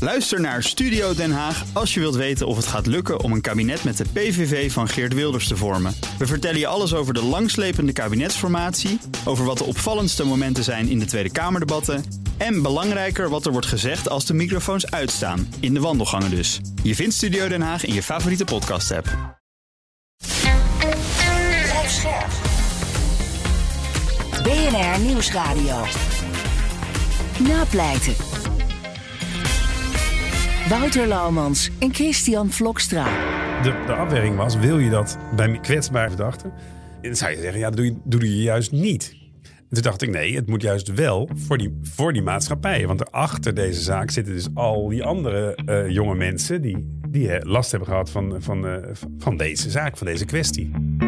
Luister naar Studio Den Haag als je wilt weten of het gaat lukken om een kabinet met de PVV van Geert Wilders te vormen. We vertellen je alles over de langslepende kabinetsformatie, over wat de opvallendste momenten zijn in de Tweede Kamerdebatten en belangrijker wat er wordt gezegd als de microfoons uitstaan, in de wandelgangen dus. Je vindt Studio Den Haag in je favoriete podcast-app. BNR Nieuwsradio. Napleiten. Wouter Laumans en Christian Vlokstra. De afweging was, wil je dat bij kwetsbare verdachten? Dan zou je zeggen, ja, dat doe je juist niet. En toen dacht ik, nee, het moet juist wel voor die maatschappijen. Want achter deze zaak zitten dus al die andere jonge mensen die last hebben gehad van deze zaak, van deze kwestie.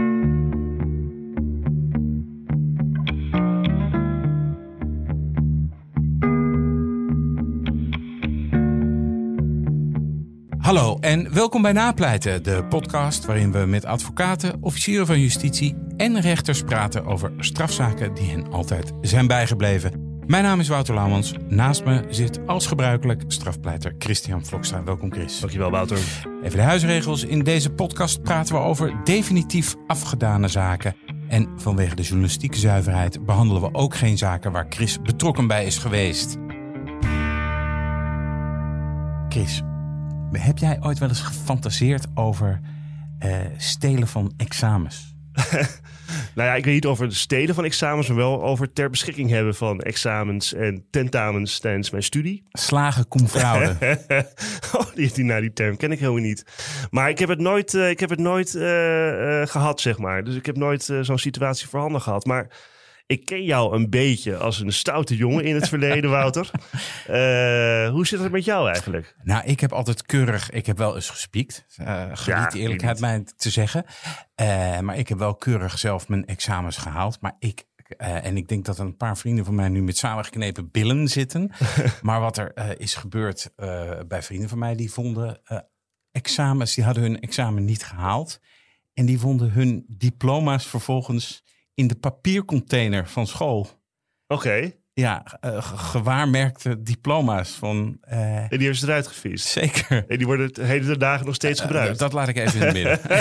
Hallo en welkom bij Napleiten, de podcast waarin we met advocaten, officieren van justitie en rechters praten over strafzaken die hen altijd zijn bijgebleven. Mijn naam is Wouter Laumans. Naast me zit als gebruikelijk strafpleiter Christian Vlokstra. Welkom Chris. Dankjewel Wouter. Even de huisregels. In deze podcast praten we over definitief afgedane zaken. En vanwege de journalistieke zuiverheid behandelen we ook geen zaken waar Chris betrokken bij is geweest. Chris, heb jij ooit wel eens gefantaseerd over stelen van examens? Nou ja, ik weet niet over het stelen van examens, maar wel over ter beschikking hebben van examens en tentamens tijdens mijn studie. Slagen cum fraude. Die term ken ik helemaal niet. Maar ik heb het nooit gehad, zeg maar. Dus ik heb nooit zo'n situatie voorhanden gehad. Maar ik ken jou een beetje als een stoute jongen in het verleden, Wouter. Hoe zit het met jou eigenlijk? Nou, ik heb altijd keurig... Ik heb wel eens gespiekt. Geniet de eerlijkheid mij te zeggen. Maar ik heb wel keurig zelf mijn examens gehaald. Maar ik denk dat een paar vrienden van mij nu met samengeknepen billen zitten. Maar wat er is gebeurd bij vrienden van mij, die vonden examens... Die hadden hun examen niet gehaald. En die vonden hun diploma's vervolgens in de papiercontainer van school. Oké. Ja, gewaarmerkte diploma's van... En die hebben ze eruit gevist. Zeker. En die worden de hele dagen nog steeds gebruikt. Dat laat ik even in het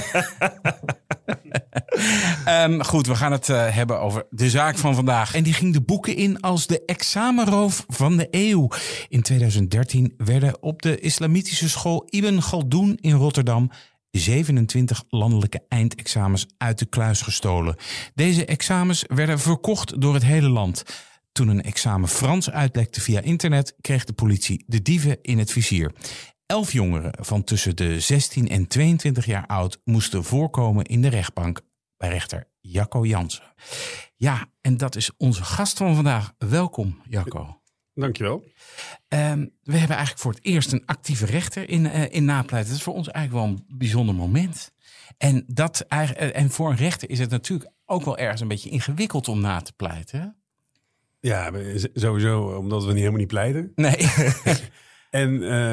midden. Goed, we gaan het hebben over de zaak van vandaag. En die ging de boeken in als de examenroof van de eeuw. In 2013 werden op de islamitische school Ibn Galdoen in Rotterdam 27 landelijke eindexamens uit de kluis gestolen. Deze examens werden verkocht door het hele land. Toen een examen Frans uitlekte via internet, kreeg de politie de dieven in het vizier. 11 jongeren van tussen de 16 en 22 jaar oud moesten voorkomen in de rechtbank bij rechter Jacco Jansen. Ja, en dat is onze gast van vandaag. Welkom, Jacco. Dankjewel. We hebben eigenlijk voor het eerst een actieve rechter in Napleiten. Dat is voor ons eigenlijk wel een bijzonder moment. En voor een rechter is het natuurlijk ook wel ergens een beetje ingewikkeld om na te pleiten. Hè? Ja, sowieso, omdat we helemaal niet pleiten. Nee. En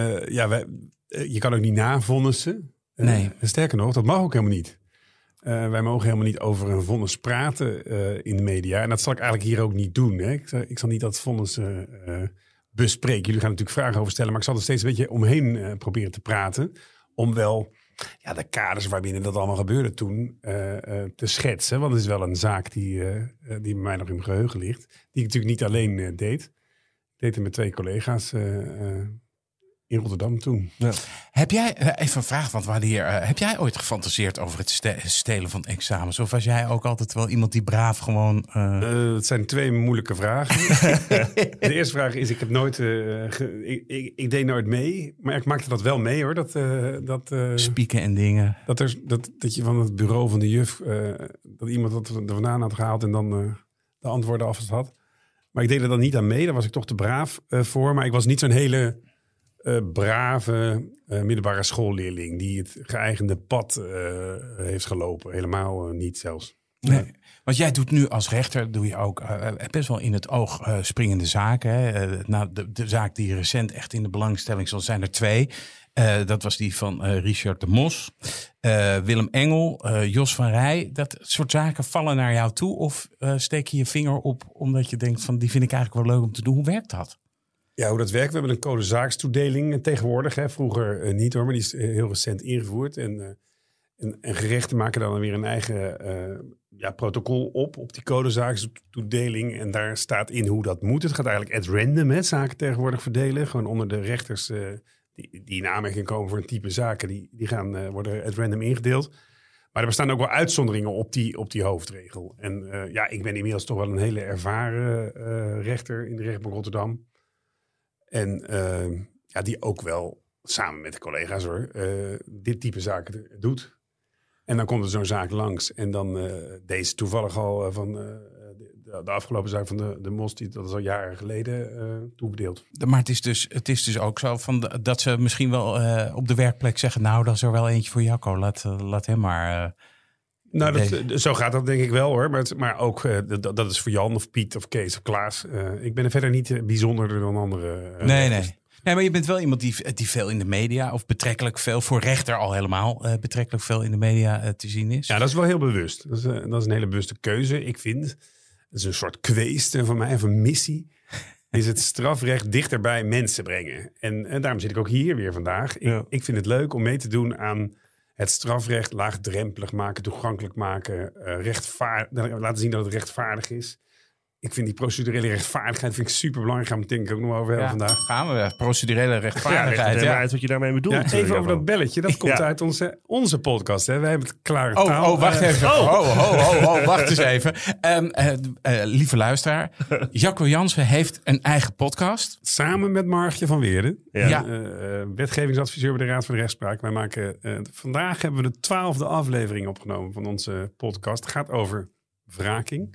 je kan ook niet navonnissen. Nee. Sterker nog, dat mag ook helemaal niet. Wij mogen helemaal niet over een vonnis praten in de media. En dat zal ik eigenlijk hier ook niet doen. Hè? Ik zal niet dat vonnis bespreken. Jullie gaan natuurlijk vragen over stellen. Maar ik zal er steeds een beetje omheen proberen te praten. Om wel de kaders waarbinnen dat allemaal gebeurde toen te schetsen. Want het is wel een zaak die bij mij nog in mijn geheugen ligt. Die ik natuurlijk niet alleen deed. Ik deed het met 2 collega's in Rotterdam toen. Ja. Heb jij, even een vraag, want heb jij ooit gefantaseerd over het stelen van examens? Of was jij ook altijd wel iemand die braaf gewoon... Het zijn 2 moeilijke vragen. De eerste vraag is, ik heb nooit... ik deed nooit mee, maar ik maakte dat wel mee hoor. Dat spieken en dingen. Dat je van het bureau van de juf... dat iemand dat er vandaan had gehaald en dan de antwoorden af had. Maar ik deed er dan niet aan mee, daar was ik toch te braaf voor. Maar ik was niet zo'n hele... brave middelbare schoolleerling die het geëigende pad heeft gelopen. Helemaal niet zelfs. Nee, want jij doet nu als rechter, doe je ook best wel in het oog springende zaken. Hè? De zaak die recent echt in de belangstelling stond, zijn er 2. Dat was die van Richard de Mos, Willem Engel, Jos van Rij. Dat soort zaken vallen naar jou toe? Of steek je je vinger op omdat je denkt van die vind ik eigenlijk wel leuk om te doen? Hoe werkt dat? Ja, hoe dat werkt. We hebben een code zaakstoedeling tegenwoordig. Hè. Vroeger niet hoor, maar die is heel recent ingevoerd. En gerechten maken dan weer een eigen protocol op die code zaakstoedeling. En daar staat in hoe dat moet. Het gaat eigenlijk at random, zaken tegenwoordig verdelen. Gewoon onder de rechters die in aanmerking komen voor een type zaken. Die worden at random ingedeeld. Maar er bestaan ook wel uitzonderingen op die hoofdregel. En ik ben inmiddels toch wel een hele ervaren rechter in de rechtbank Rotterdam. En die ook wel samen met de collega's dit type zaken doet. En dan komt er zo'n zaak langs. En dan deze toevallig al van de afgelopen zaak van de Mos, dat is al jaren geleden toebedeeld. Maar het is dus ook zo dat ze misschien wel op de werkplek zeggen, nou, dat is er wel eentje voor Jacco. Laat hem maar... Zo gaat dat denk ik wel hoor. Maar ook dat is voor Jan of Piet of Kees of Klaas. Ik ben er verder niet bijzonderder dan anderen. Nee, maar je bent wel iemand die veel in de media, of betrekkelijk veel, voor rechter al helemaal, betrekkelijk veel in de media te zien is. Ja, dat is wel heel bewust. Dat is een hele bewuste keuze. Ik vind, het is een soort kweest van mij, of een missie, is het strafrecht dichter bij mensen brengen. En daarom zit ik ook hier weer vandaag. Ik vind het leuk om mee te doen aan het strafrecht laagdrempelig maken, toegankelijk maken, laten zien dat het rechtvaardig is. Ik vind die procedurele rechtvaardigheid super belangrijk. Gaan we het denk ik ook nog over hebben vandaag. Gaan we. Procedurele rechtvaardigheid. Ja, uit wat je daarmee bedoelt. Ja, even over dat belletje. Dat komt uit onze podcast. Hè. Wij hebben het klare taal. Wacht even. Wacht eens even. Lieve luisteraar. Jacco Jansen heeft een eigen podcast. Samen met Margje van Weerden. Ja. Wetgevingsadviseur bij de Raad voor de Rechtspraak. Wij maken, vandaag hebben we de 12e aflevering opgenomen van onze podcast. Het gaat over wraking.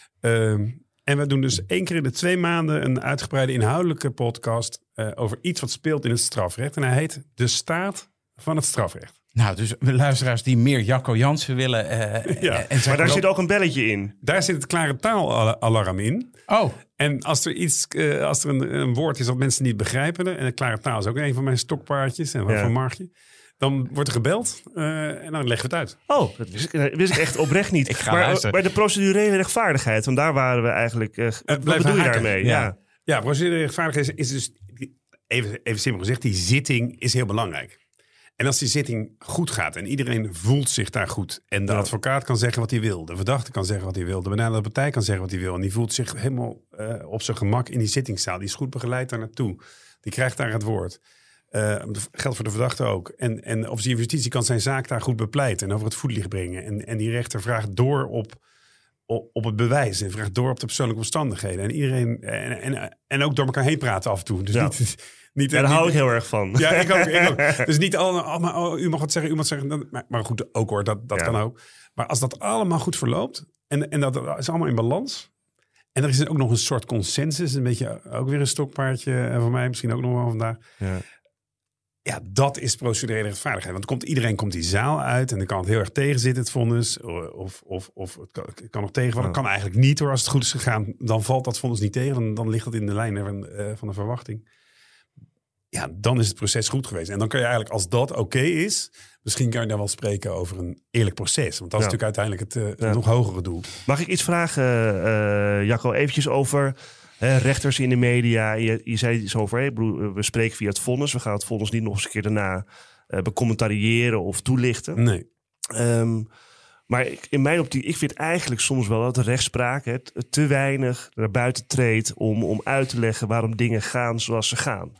En we doen dus 1 keer in de 2 maanden een uitgebreide inhoudelijke podcast over iets wat speelt in het strafrecht. En hij heet De Staat van het Strafrecht. Nou, dus luisteraars die meer Jacco Jansen willen. Maar daar zit ook een belletje in. Daar zit het klare taalalarm in. Oh. En als er een woord is dat mensen niet begrijpen, en de klare taal is ook een van mijn stokpaardjes en van Margje. Dan wordt er gebeld en dan leggen we het uit. Oh, dat wist ik echt oprecht niet. Ik ga luisteren. Maar de procedurele rechtvaardigheid, want daar waren we eigenlijk... wat bedoel je daarmee? Ja, procedurele rechtvaardigheid is dus, even simpel gezegd, die zitting is heel belangrijk. En als die zitting goed gaat en iedereen voelt zich daar goed. En de advocaat kan zeggen wat hij wil. De verdachte kan zeggen wat hij wil. De benadeelde partij kan zeggen wat hij wil. En die voelt zich helemaal op zijn gemak in die zittingszaal. Die is goed begeleid daar naartoe. Die krijgt daar het woord. Geldt voor de verdachte ook. En officier van justitie kan zijn zaak daar goed bepleiten en over het voetlicht brengen. En die rechter vraagt door op het bewijs en vraagt door op de persoonlijke omstandigheden. En iedereen en ook door elkaar heen praten af en toe. Dus niet, daar hou ik heel erg van. Ja, ik ook. Dus niet allemaal, u mag wat zeggen, u mag zeggen. Maar goed, ook hoor, dat kan ook. Maar als dat allemaal goed verloopt en dat is allemaal in balans. En er is ook nog een soort consensus. Een beetje ook weer een stokpaardje van mij. Misschien ook nog wel vandaag. Ja, dat is procedurele rechtvaardigheid. Want iedereen komt die zaal uit en dan kan het heel erg tegenzitten, het vonnis. Of het kan nog tegenvallen. Dat kan eigenlijk niet hoor. Als het goed is gegaan, dan valt dat vonnis niet tegen. Dan ligt het in de lijn van de verwachting. Ja, dan is het proces goed geweest. En dan kan je eigenlijk, als dat oké is, misschien kan je daar wel spreken over een eerlijk proces. Want dat is natuurlijk uiteindelijk het nog hogere doel. Mag ik iets vragen, Jacco, eventjes over rechters in de media? Je zei iets over, we spreken via het vonnis. We gaan het vonnis niet nog eens een keer daarna becommentariëren of toelichten. Nee. Maar in mijn optiek, ik vind eigenlijk soms wel dat de rechtspraak te weinig naar buiten treedt om uit te leggen waarom dingen gaan zoals ze gaan.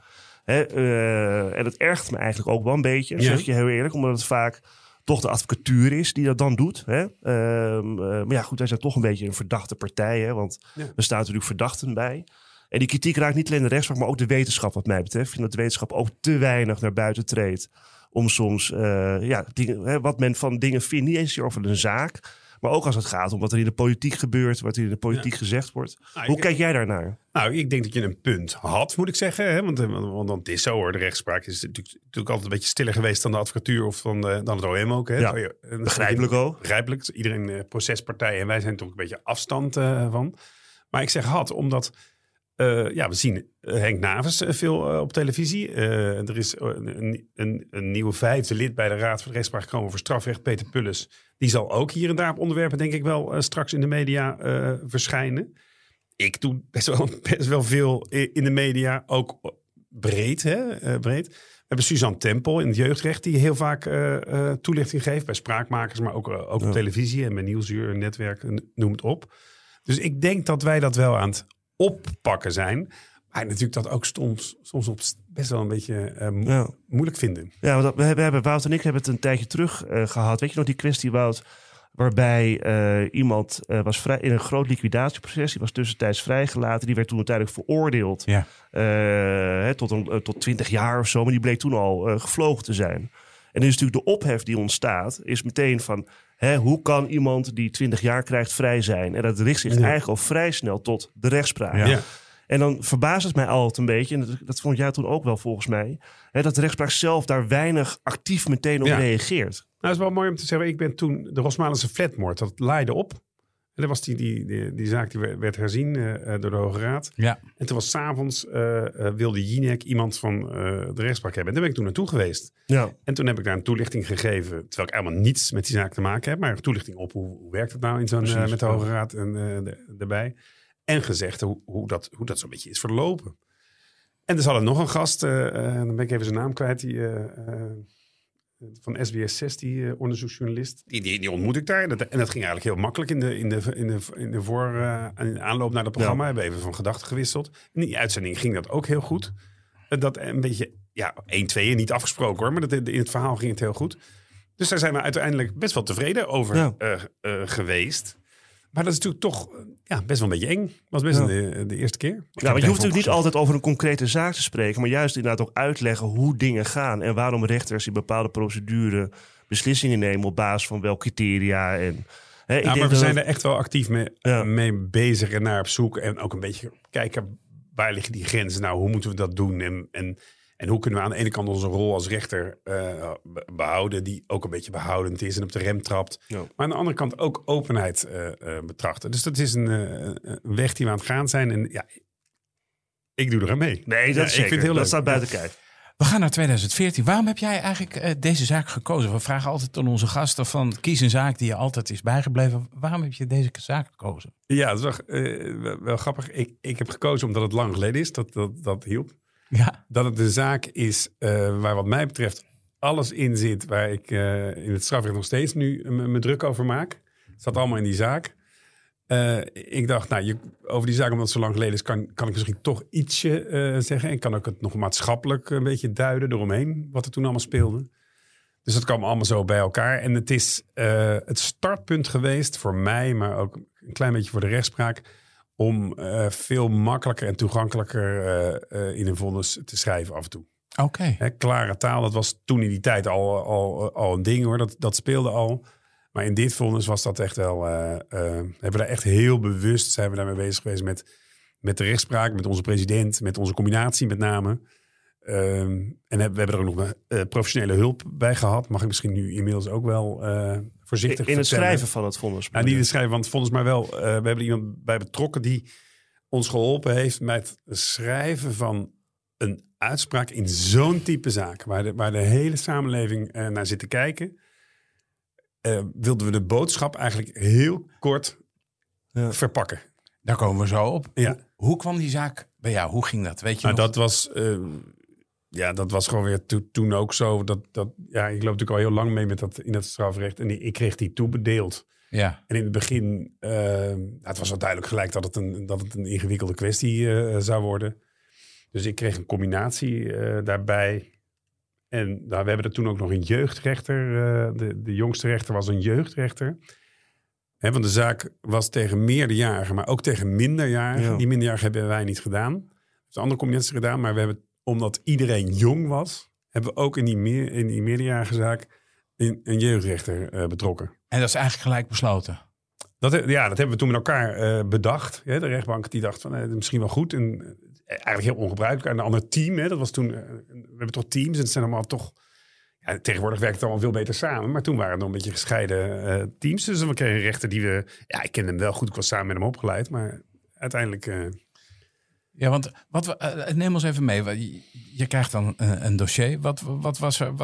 En dat ergert me eigenlijk ook wel een beetje, zeg je heel eerlijk, omdat het vaak toch de advocatuur is die dat dan doet. Maar ja, goed, wij zijn toch een beetje een verdachte partij, want er staan natuurlijk verdachten bij. En die kritiek raakt niet alleen de rechtspraak, maar ook de wetenschap wat mij betreft. Ik vind dat de wetenschap ook te weinig naar buiten treedt om soms dingen, wat men van dingen vindt, niet eens over een zaak, maar ook als het gaat om wat er in de politiek gebeurt, wat er in de politiek gezegd wordt. Hoe kijk jij daarnaar? Nou, ik denk dat je een punt had, moet ik zeggen. Hè? Want het is zo hoor, de rechtspraak is natuurlijk altijd een beetje stiller geweest dan de advocatuur of dan het OM ook. Hè? Ja, begrijpelijk ook. Begrijpelijk. Iedereen procespartij en wij zijn toch een beetje afstand van. Maar ik zeg had, omdat we zien Henk Navens veel op televisie. Er is een nieuwe 5e lid bij de Raad voor de Rechtspraak gekomen voor strafrecht, Peter Pulles. Die zal ook hier en daar op onderwerpen denk ik wel straks in de media verschijnen. ik doe best wel veel in de media, ook breed. Breed. We hebben Suzanne Tempel in het jeugdrecht die heel vaak toelichting geeft bij spraakmakers, maar ook op televisie en bij Nieuwsuur, netwerk, noem het op. Dus ik denk dat wij dat wel aan het oppakken zijn. Maar natuurlijk dat ook soms best wel een beetje moeilijk vinden. Ja, want Wout en ik hebben het een tijdje terug gehad. Weet je nog die kwestie, Wout, waarbij iemand was vrij in een groot liquidatieproces. Die was tussentijds vrijgelaten. Die werd toen uiteindelijk veroordeeld tot 20 jaar of zo. Maar die bleek toen al gevlogen te zijn. En dus natuurlijk de ophef die ontstaat is meteen van... hoe kan iemand die 20 jaar krijgt vrij zijn? En dat richt zich eigenlijk al vrij snel tot de rechtspraak. Ja. En dan verbaast het mij altijd een beetje, en dat vond jij toen ook wel volgens mij, dat de rechtspraak zelf daar weinig actief meteen op reageert. Nou, dat is wel mooi om te zeggen. Ik ben toen de Rosmalense flatmoord, dat laaide op. En dat was die zaak die werd herzien door de Hoge Raad. Ja. En toen was 's avonds wilde Jinek iemand van de rechtspraak hebben. En daar ben ik toen naartoe geweest. Ja. En toen heb ik daar een toelichting gegeven, terwijl ik helemaal niets met die zaak te maken heb, maar een toelichting op hoe werkt het nou in zo'n met de Hoge Raad en erbij. En gezegd hoe dat zo'n beetje is verlopen. En er hadden nog een gast, dan ben ik even zijn naam kwijt, die van SBS 6, die onderzoeksjournalist. Die ontmoet ik daar. En dat ging eigenlijk heel makkelijk in de aanloop naar het programma. We hebben even van gedachten gewisseld. In die uitzending ging dat ook heel goed. Dat een beetje, 1-2 niet afgesproken hoor, maar in het verhaal ging het heel goed. Dus daar zijn we uiteindelijk best wel tevreden over geweest. Maar dat is natuurlijk toch best wel een beetje eng. Dat was best de eerste keer. Ja, maar je hoeft natuurlijk niet altijd over een concrete zaak te spreken. Maar juist inderdaad ook uitleggen hoe dingen gaan. En waarom rechters in bepaalde procedure beslissingen nemen op basis van welke criteria. Maar we zijn er echt wel actief mee bezig en naar op zoek. En ook een beetje kijken, waar liggen die grenzen? Nou, hoe moeten we dat doen? En hoe kunnen we aan de ene kant onze rol als rechter behouden, die ook een beetje behoudend is en op de rem trapt. Ja. Maar aan de andere kant ook openheid betrachten. Dus dat is een weg die we aan het gaan zijn. En ik doe er aan mee. Nee, dat is zeker. Ik vind het heel leuk. Dat staat buiten kijf. We gaan naar 2014. Waarom heb jij eigenlijk deze zaak gekozen? We vragen altijd aan onze gasten van kies een zaak die je altijd is bijgebleven. Waarom heb je deze zaak gekozen? Ja, dat is wel grappig. Ik heb gekozen omdat het lang geleden is. Dat hielp. Ja. Dat het een zaak is waar wat mij betreft alles in zit waar ik in het strafrecht nog steeds nu me druk over maak. Het zat allemaal in die zaak. Ik dacht, over die zaak, omdat het zo lang geleden is, kan ik misschien toch ietsje zeggen. En kan ook het nog maatschappelijk een beetje duiden eromheen, wat er toen allemaal speelde. Dus dat kwam allemaal zo bij elkaar. En het is het startpunt geweest voor mij, maar ook een klein beetje voor de rechtspraak, om veel makkelijker en toegankelijker in een vonnis te schrijven af en toe. Oké. Klare taal, dat was toen in die tijd al een ding hoor. Dat speelde al. Maar in dit vonnis was dat echt wel... hebben we daar echt heel bewust zijn we daarmee bezig geweest met de rechtspraak, met onze president, met onze combinatie met name. En we hebben er ook nog professionele hulp bij gehad. Mag ik misschien nu inmiddels ook wel voorzichtig in het schrijven van het vonnis. Niet in het schrijven van het vonnis, maar wel... we hebben er iemand bij betrokken die ons geholpen heeft met het schrijven van een uitspraak in zo'n type zaak. Waar de hele samenleving naar zit te kijken. Wilden we de boodschap eigenlijk heel kort verpakken. Daar komen we zo op. Ja. Hoe kwam die zaak bij jou? Hoe ging dat? Weet je nog? Dat was gewoon weer toen ook zo. Ik loop natuurlijk al heel lang mee in dat strafrecht. En ik kreeg die toebedeeld. Ja. En in het begin, het was wel duidelijk gelijk dat het een ingewikkelde kwestie zou worden. Dus ik kreeg een combinatie daarbij. En we hebben er toen ook nog een jeugdrechter. De jongste rechter was een jeugdrechter. Want de zaak was tegen meerderjarigen, maar ook tegen minderjarigen. Ja. Die minderjarigen hebben wij niet gedaan. Dat is een andere combinatie gedaan. Maar we hebben, omdat iedereen jong was, hebben we ook in die meerderjarige zaak een jeugdrechter betrokken. En dat is eigenlijk gelijk besloten? Dat hebben we toen met elkaar bedacht. De rechtbank die dacht van misschien wel goed. En eigenlijk heel ongebruikelijk. En een ander team, dat was toen... we hebben toch teams en het zijn allemaal toch... Ja, tegenwoordig werkt het allemaal veel beter samen. Maar toen waren het nog een beetje gescheiden teams. Dus we kregen een rechter die we... Ja, ik kende hem wel goed. Ik was samen met hem opgeleid. Maar uiteindelijk... Ja, want neem ons even mee. Je krijgt dan een dossier. Wat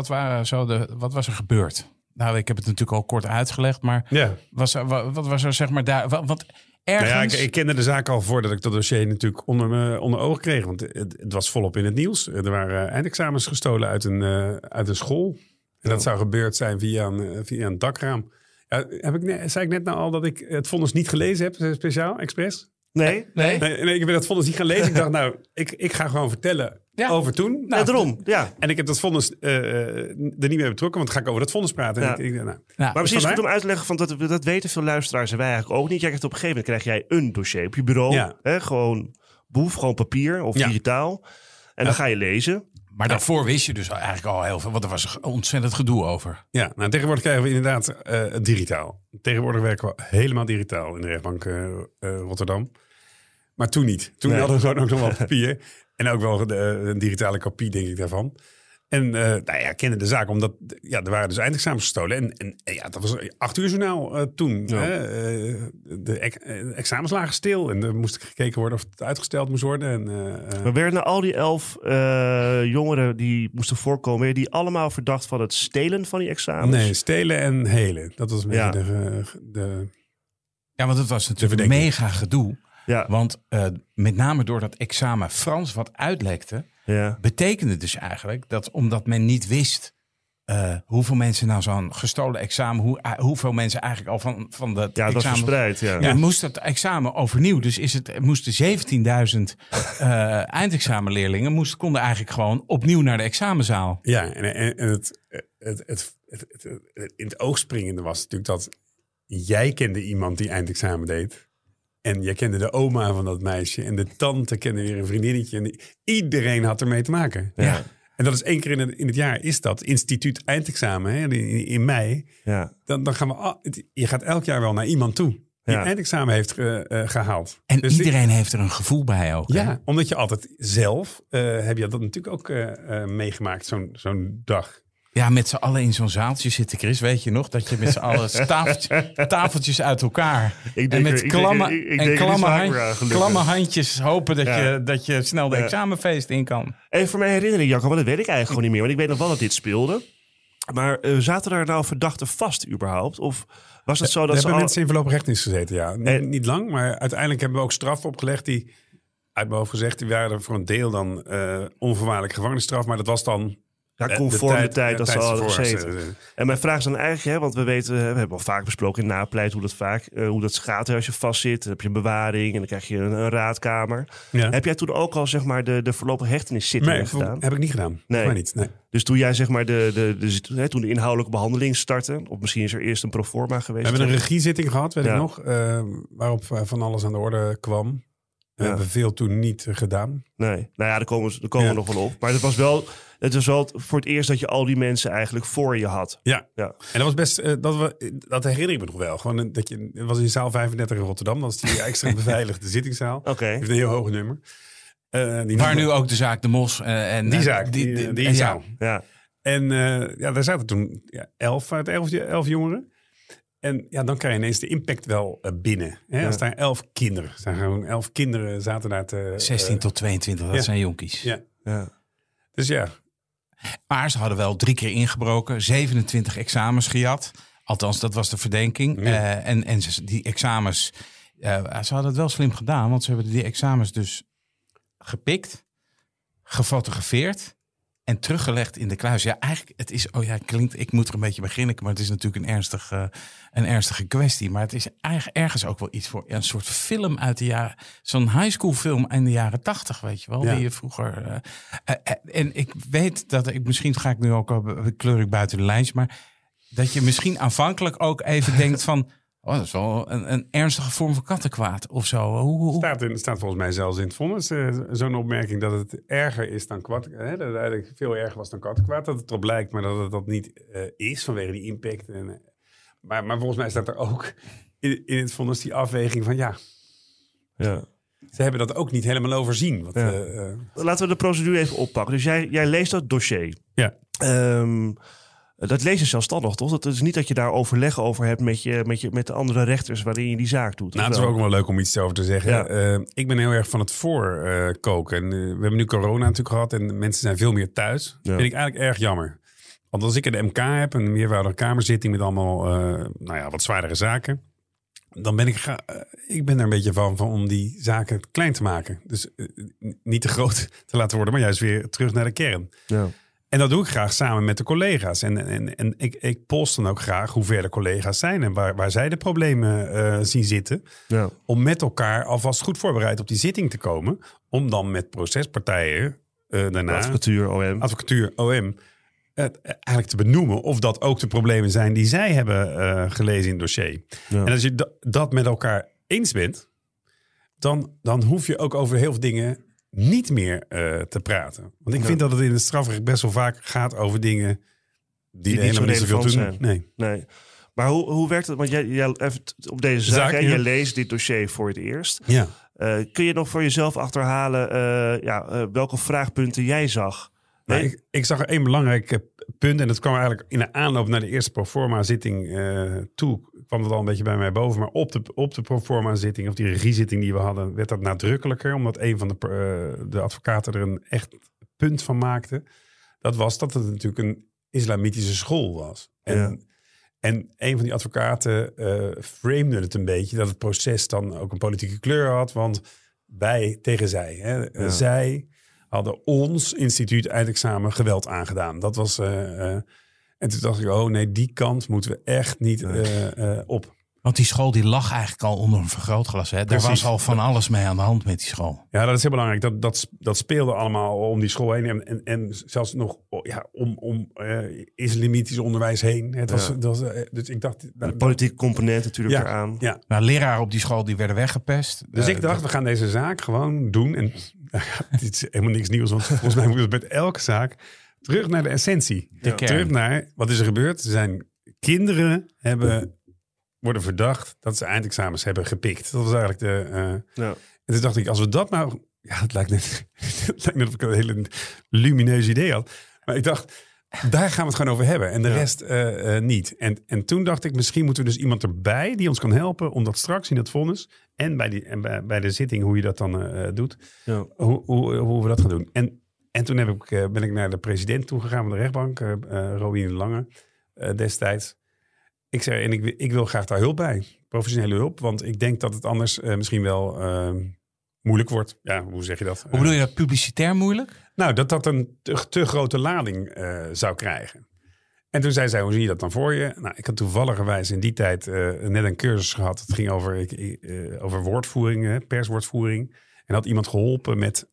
was er gebeurd? Nou, ik heb het natuurlijk al kort uitgelegd. Maar wat was er zeg maar daar... Want ergens... ik kende de zaak al voordat ik dat dossier natuurlijk onder ogen kreeg. Want het was volop in het nieuws. Er waren eindexamens gestolen uit een school. En dat zou gebeurd zijn via een dakraam. Ja, zei ik net nou al dat ik het vonnis niet gelezen heb, speciaal, expres? Nee. Ik heb dat vonnis niet gaan lezen. Ik dacht, nou, ik ga gewoon vertellen over toen. Nou, daarom, ja. En ik heb dat vonnis er niet mee betrokken, want ga ik over dat vonnis praten. Ja. Maar misschien is het goed om uit te leggen, van dat weten veel luisteraars en wij eigenlijk ook niet. Jij krijgt op een gegeven moment krijg jij een dossier op je bureau. Ja. Hè, gewoon papier of digitaal. En dan ga je lezen. Maar daarvoor wist je dus eigenlijk al heel veel, want er was ontzettend gedoe over. Ja, nou, tegenwoordig krijgen we inderdaad digitaal. Tegenwoordig werken we helemaal digitaal in de rechtbank Rotterdam. Maar toen niet. Toen hadden we gewoon ook nog wel papier. En ook wel een digitale kopie, denk ik, daarvan. En kennen de zaak, omdat er waren dus eindexamens gestolen. En dat was 8 uur journaal toen. Ja. De examens lagen stil en er moest gekeken worden of het uitgesteld moest worden. Maar werden al die 11 jongeren die moesten voorkomen, werden die allemaal verdacht van het stelen van die examens? Nee, stelen en helen. Dat was een beetje de... Ja, want het was natuurlijk mega gedoe. Ja. Want met name door dat examen Frans wat uitlekte, betekende dus eigenlijk dat omdat men niet wist hoeveel mensen nou zo'n gestolen examen, hoeveel mensen eigenlijk al van dat examen... dat verspreid, Ja, moest dat examen overnieuw. Dus moesten 17.000 eindexamenleerlingen konden eigenlijk gewoon opnieuw naar de examenzaal. Ja, en het in het oog springende was natuurlijk dat jij kende iemand die eindexamen deed. En jij kende de oma van dat meisje. En de tante kende weer een vriendinnetje. En iedereen had ermee te maken. Ja. En dat is 1 keer in het jaar is dat. Instituut eindexamen hè, in mei. Ja. Dan gaan we... Je gaat elk jaar wel naar iemand toe. Die eindexamen heeft gehaald. En dus iedereen heeft er een gevoel bij ook. Ja, hè? omdat je altijd zelf... heb je dat natuurlijk ook meegemaakt. Zo'n dag. Ja, met z'n allen in zo'n zaaltje zitten, Chris. Weet je nog? Dat je met z'n allen tafeltjes uit elkaar. En met klamme handjes hopen dat je snel de examenfeest in kan. Even voor mijn herinnering, Jacco, want dat weet ik eigenlijk gewoon niet meer. Want ik weet nog wel dat dit speelde. Maar zaten daar nou verdachten vast überhaupt? Of was het zo dat hebben mensen in voorlopig hechtenis gezeten, ja. Niet lang, maar uiteindelijk hebben we ook straffen opgelegd die, uit mijn hoofd gezegd, die waren voor een deel dan onvoorwaardelijke gevangenisstraf. Maar dat was dan... Ja, conform de tijd dat ze hadden gezeten. En mijn vraag is dan eigenlijk, want we weten, we hebben al vaak besproken in napleit hoe dat gaat als je vastzit. Dan heb je een bewaring en dan krijg je een raadkamer. Ja. Heb jij toen ook al zeg maar de voorlopige hechteniszittingen gedaan? Heb ik niet gedaan. Nee. Niet. Nee. Dus toen jij zeg maar toen de inhoudelijke behandeling startte, of misschien is er eerst een proforma geweest. We hebben een regiezitting gehad, weet ik nog, waarop van alles aan de orde kwam. We hebben veel toen niet gedaan. Nee, nou ja, daar komen we nog wel op. Maar het was wel voor het eerst dat je al die mensen eigenlijk voor je had. Ja. En dat was best, dat herinner ik me nog wel. Gewoon het was in zaal 35 in Rotterdam. Dat is die extra beveiligde zittingszaal. Oké. Heeft een heel hoog nummer. Waar nu ook de zaak De Mos en die zaak, die zaal. Ja. En daar zaten toen 11 jongeren. En dan krijg je ineens de impact wel binnen. Hè? Als daar 11 kinderen, gewoon 11 kinderen zaten daar te... 16 tot 22, dat zijn jonkies. Ja. Dus ja. Maar ze hadden wel 3 keer ingebroken, 27 examens gejat. Althans, dat was de verdenking. Ja. En die examens, ze hadden het wel slim gedaan. Want ze hebben die examens dus gepikt, gefotografeerd en teruggelegd in de kluis. Ja, eigenlijk, het is, klinkt, ik moet er een beetje beginnen, maar het is natuurlijk een ernstige kwestie. Maar het is eigenlijk ergens ook wel iets voor een soort film uit de jaren, zo'n high school film in de jaren 80, weet je wel. Die je vroeger. En ik weet dat misschien ga ik nu ook kleur ik buiten de lijns, maar dat je misschien aanvankelijk ook even denkt van, dat is wel een ernstige vorm van kattenkwaad of zo. Staat volgens mij zelfs in het vonnis zo'n opmerking dat het erger is dan dat het eigenlijk veel erger was dan kattenkwaad. Dat het erop lijkt, maar dat het dat niet is vanwege die impact. Maar volgens mij staat er ook in het vonnis die afweging van ja. Ze hebben dat ook niet helemaal overzien. Laten we de procedure even oppakken. Dus jij leest dat dossier. Ja. Dat lees je zelfstandig, toch? Dat is niet dat je daar overleg over hebt met de andere rechters waarin je die zaak doet. Nou, het is ook wel leuk om iets over te zeggen. Ja. Ik ben heel erg van het voorkoken. En we hebben nu corona natuurlijk gehad en mensen zijn veel meer thuis. Dat vind ik eigenlijk erg jammer. Want als ik een MK heb, een meervoudige kamerzitting met allemaal wat zwaardere zaken. dan ben ik ben er een beetje van om die zaken klein te maken. Dus niet te groot te laten worden, maar juist weer terug naar de kern. Ja. En dat doe ik graag samen met de collega's. En ik post dan ook graag hoe ver de collega's zijn en waar zij de problemen zien zitten. Ja. Om met elkaar alvast goed voorbereid op die zitting te komen. Om dan met procespartijen daarna... Advocatuur, OM... eigenlijk te benoemen of dat ook de problemen zijn die zij hebben gelezen in het dossier. Ja. En als je dat met elkaar eens bent, dan hoef je ook over heel veel dingen niet meer te praten. Want ik vind dat het in het strafrecht best wel vaak gaat over dingen die helemaal niet zoveel doen. Nee. Maar hoe werkt het? Want jij even op deze zaak, jij leest dit dossier voor het eerst. Ja. Kun je nog voor jezelf achterhalen welke vraagpunten jij zag? Nou, ik zag er één belangrijk punt. En dat kwam eigenlijk in de aanloop naar de eerste proforma-zitting toe. Kwam het al een beetje bij mij boven. Maar op de proforma-zitting, of die regiezitting die we hadden, werd dat nadrukkelijker. Omdat een van de advocaten er een echt punt van maakte. Dat was dat het natuurlijk een islamitische school was. En een van die advocaten framede het een beetje dat het proces dan ook een politieke kleur had. Want wij tegen zij. Hè, zij hadden ons instituut eindexamen geweld aangedaan. Dat was... en toen dacht ik, oh nee, die kant moeten we echt niet op. Want die school die lag eigenlijk al onder een vergrootglas. Hè? Er was al van alles mee aan de hand met die school. Ja, dat is heel belangrijk. Dat speelde allemaal om die school heen. En zelfs nog om islamitisch onderwijs heen. Het was, dus ik dacht... De politieke component natuurlijk eraan. Ja. Nou, leraren op die school die werden weggepest. Dus ik dacht, we gaan deze zaak gewoon doen. En dit is helemaal niks nieuws. Want volgens mij moeten we met elke zaak terug naar de essentie. Terug naar, wat is er gebeurd? Er zijn kinderen worden verdacht dat ze eindexamens hebben gepikt. Dat was eigenlijk En toen dacht ik, als we dat nou... Ja, het lijkt net of ik een hele lumineus idee had. Maar ik dacht, daar gaan we het gewoon over hebben. En de rest niet. En toen dacht ik, misschien moeten we dus iemand erbij die ons kan helpen om dat straks in het vonnis en bij de zitting, hoe je dat dan doet, hoe we dat gaan doen. En toen ben ik naar de president toegegaan van de rechtbank, Robin de Lange, destijds. Ik zei, en ik wil graag daar hulp bij. Professionele hulp. Want ik denk dat het anders misschien wel moeilijk wordt. Ja, hoe zeg je dat? Hoe bedoel je dat? Publicitair moeilijk? Nou, dat een te grote lading zou krijgen. En toen zei zij, hoe zie je dat dan voor je? Nou, ik had toevalligerwijs in die tijd net een cursus gehad. Het ging over woordvoering, perswoordvoering. En had iemand geholpen met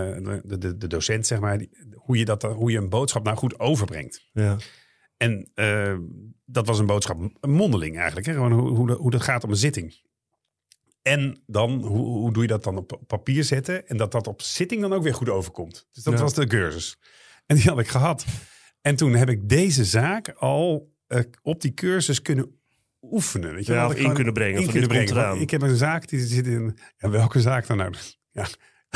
de docent, zeg maar. Hoe je een boodschap nou goed overbrengt. Ja. En dat was een boodschap, een mondeling eigenlijk. Hè? Gewoon hoe dat gaat om een zitting. En dan, hoe doe je dat dan op papier zetten? En dat op zitting dan ook weer goed overkomt. Dus dat was de cursus. En die had ik gehad. En toen heb ik deze zaak al op die cursus kunnen oefenen. Weet je wel? In kunnen brengen. Ik heb een zaak die zit in... Ja, welke zaak dan nou? Ja...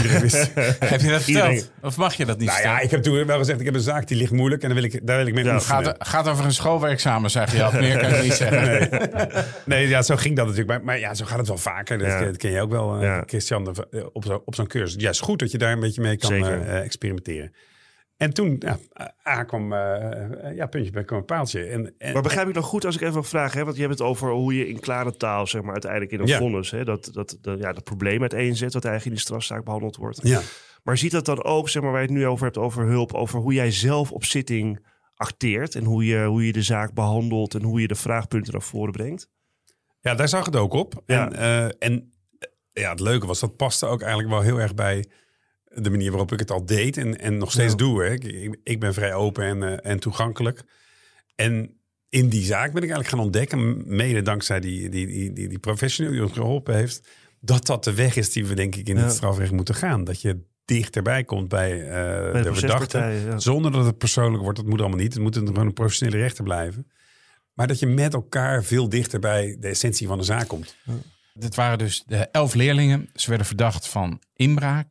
Heb je dat verteld? Of mag je dat niet vertellen? Ja, ik heb toen wel gezegd, ik heb een zaak die ligt moeilijk en daar wil ik mee oefenen. Gaat over een schoolwerkzamen, zeg je. Meer kan je niet zeggen. Nee, zo ging dat natuurlijk. Maar ja, zo gaat het wel vaker. Dat ken je ook wel, Christian, op zo'n cursus. Ja, het is goed dat je daar een beetje mee kan experimenteren. En toen kwam puntje bij een paaltje. Maar begrijp ik nog goed als ik even mag vragen? Hè? Want je hebt het over hoe je in klare taal, zeg maar, uiteindelijk in een vonnis, hè, dat probleem uiteenzet dat eigenlijk in die strafzaak behandeld wordt. Ja. Maar ziet dat dan ook, zeg maar, waar je het nu over hebt, over hulp, over hoe jij zelf op zitting acteert en hoe je de zaak behandelt en hoe je de vraagpunten naar voren brengt? Ja, daar zag het ook op. Ja. En het leuke was, dat paste ook eigenlijk wel heel erg bij de manier waarop ik het al deed en nog steeds doe. Hè. Ik ben vrij open en toegankelijk. En in die zaak ben ik eigenlijk gaan ontdekken, mede dankzij die professional die ons geholpen heeft, dat de weg is die we denk ik in het strafrecht moeten gaan. Dat je dichterbij komt bij de verdachte. Zonder dat het persoonlijk wordt. Dat moet allemaal niet. Het moet gewoon een professionele rechter blijven. Maar dat je met elkaar veel dichter bij de essentie van de zaak komt. Ja. Dit waren dus de 11 leerlingen. Ze werden verdacht van inbraak,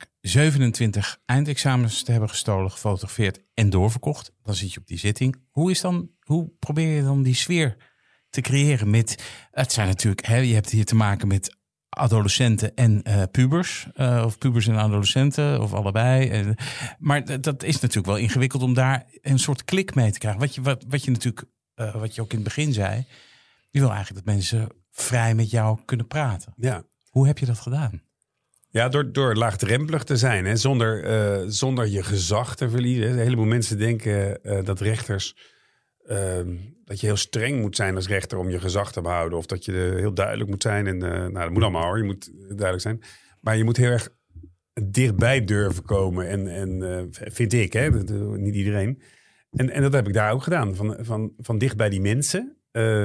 27 eindexamens te hebben gestolen, gefotografeerd en doorverkocht. Dan zit je op die zitting. Hoe probeer je dan die sfeer te creëren het zijn natuurlijk, je hebt hier te maken met adolescenten en pubers. Of pubers en adolescenten, of allebei. Maar dat is natuurlijk wel ingewikkeld om daar een soort klik mee te krijgen. Wat je natuurlijk, wat je ook in het begin zei. Je wil eigenlijk dat mensen vrij met jou kunnen praten. Ja. Hoe heb je dat gedaan? Ja, door laagdrempelig te zijn. Hè? Zonder je gezag te verliezen. Een heleboel mensen denken dat rechters... dat je heel streng moet zijn als rechter om je gezag te behouden. Of dat je heel duidelijk moet zijn. En, dat moet allemaal hoor. Je moet duidelijk zijn. Maar je moet heel erg dichtbij durven komen. En vind ik, hè? Niet iedereen. En dat heb ik daar ook gedaan. Van dicht bij die mensen...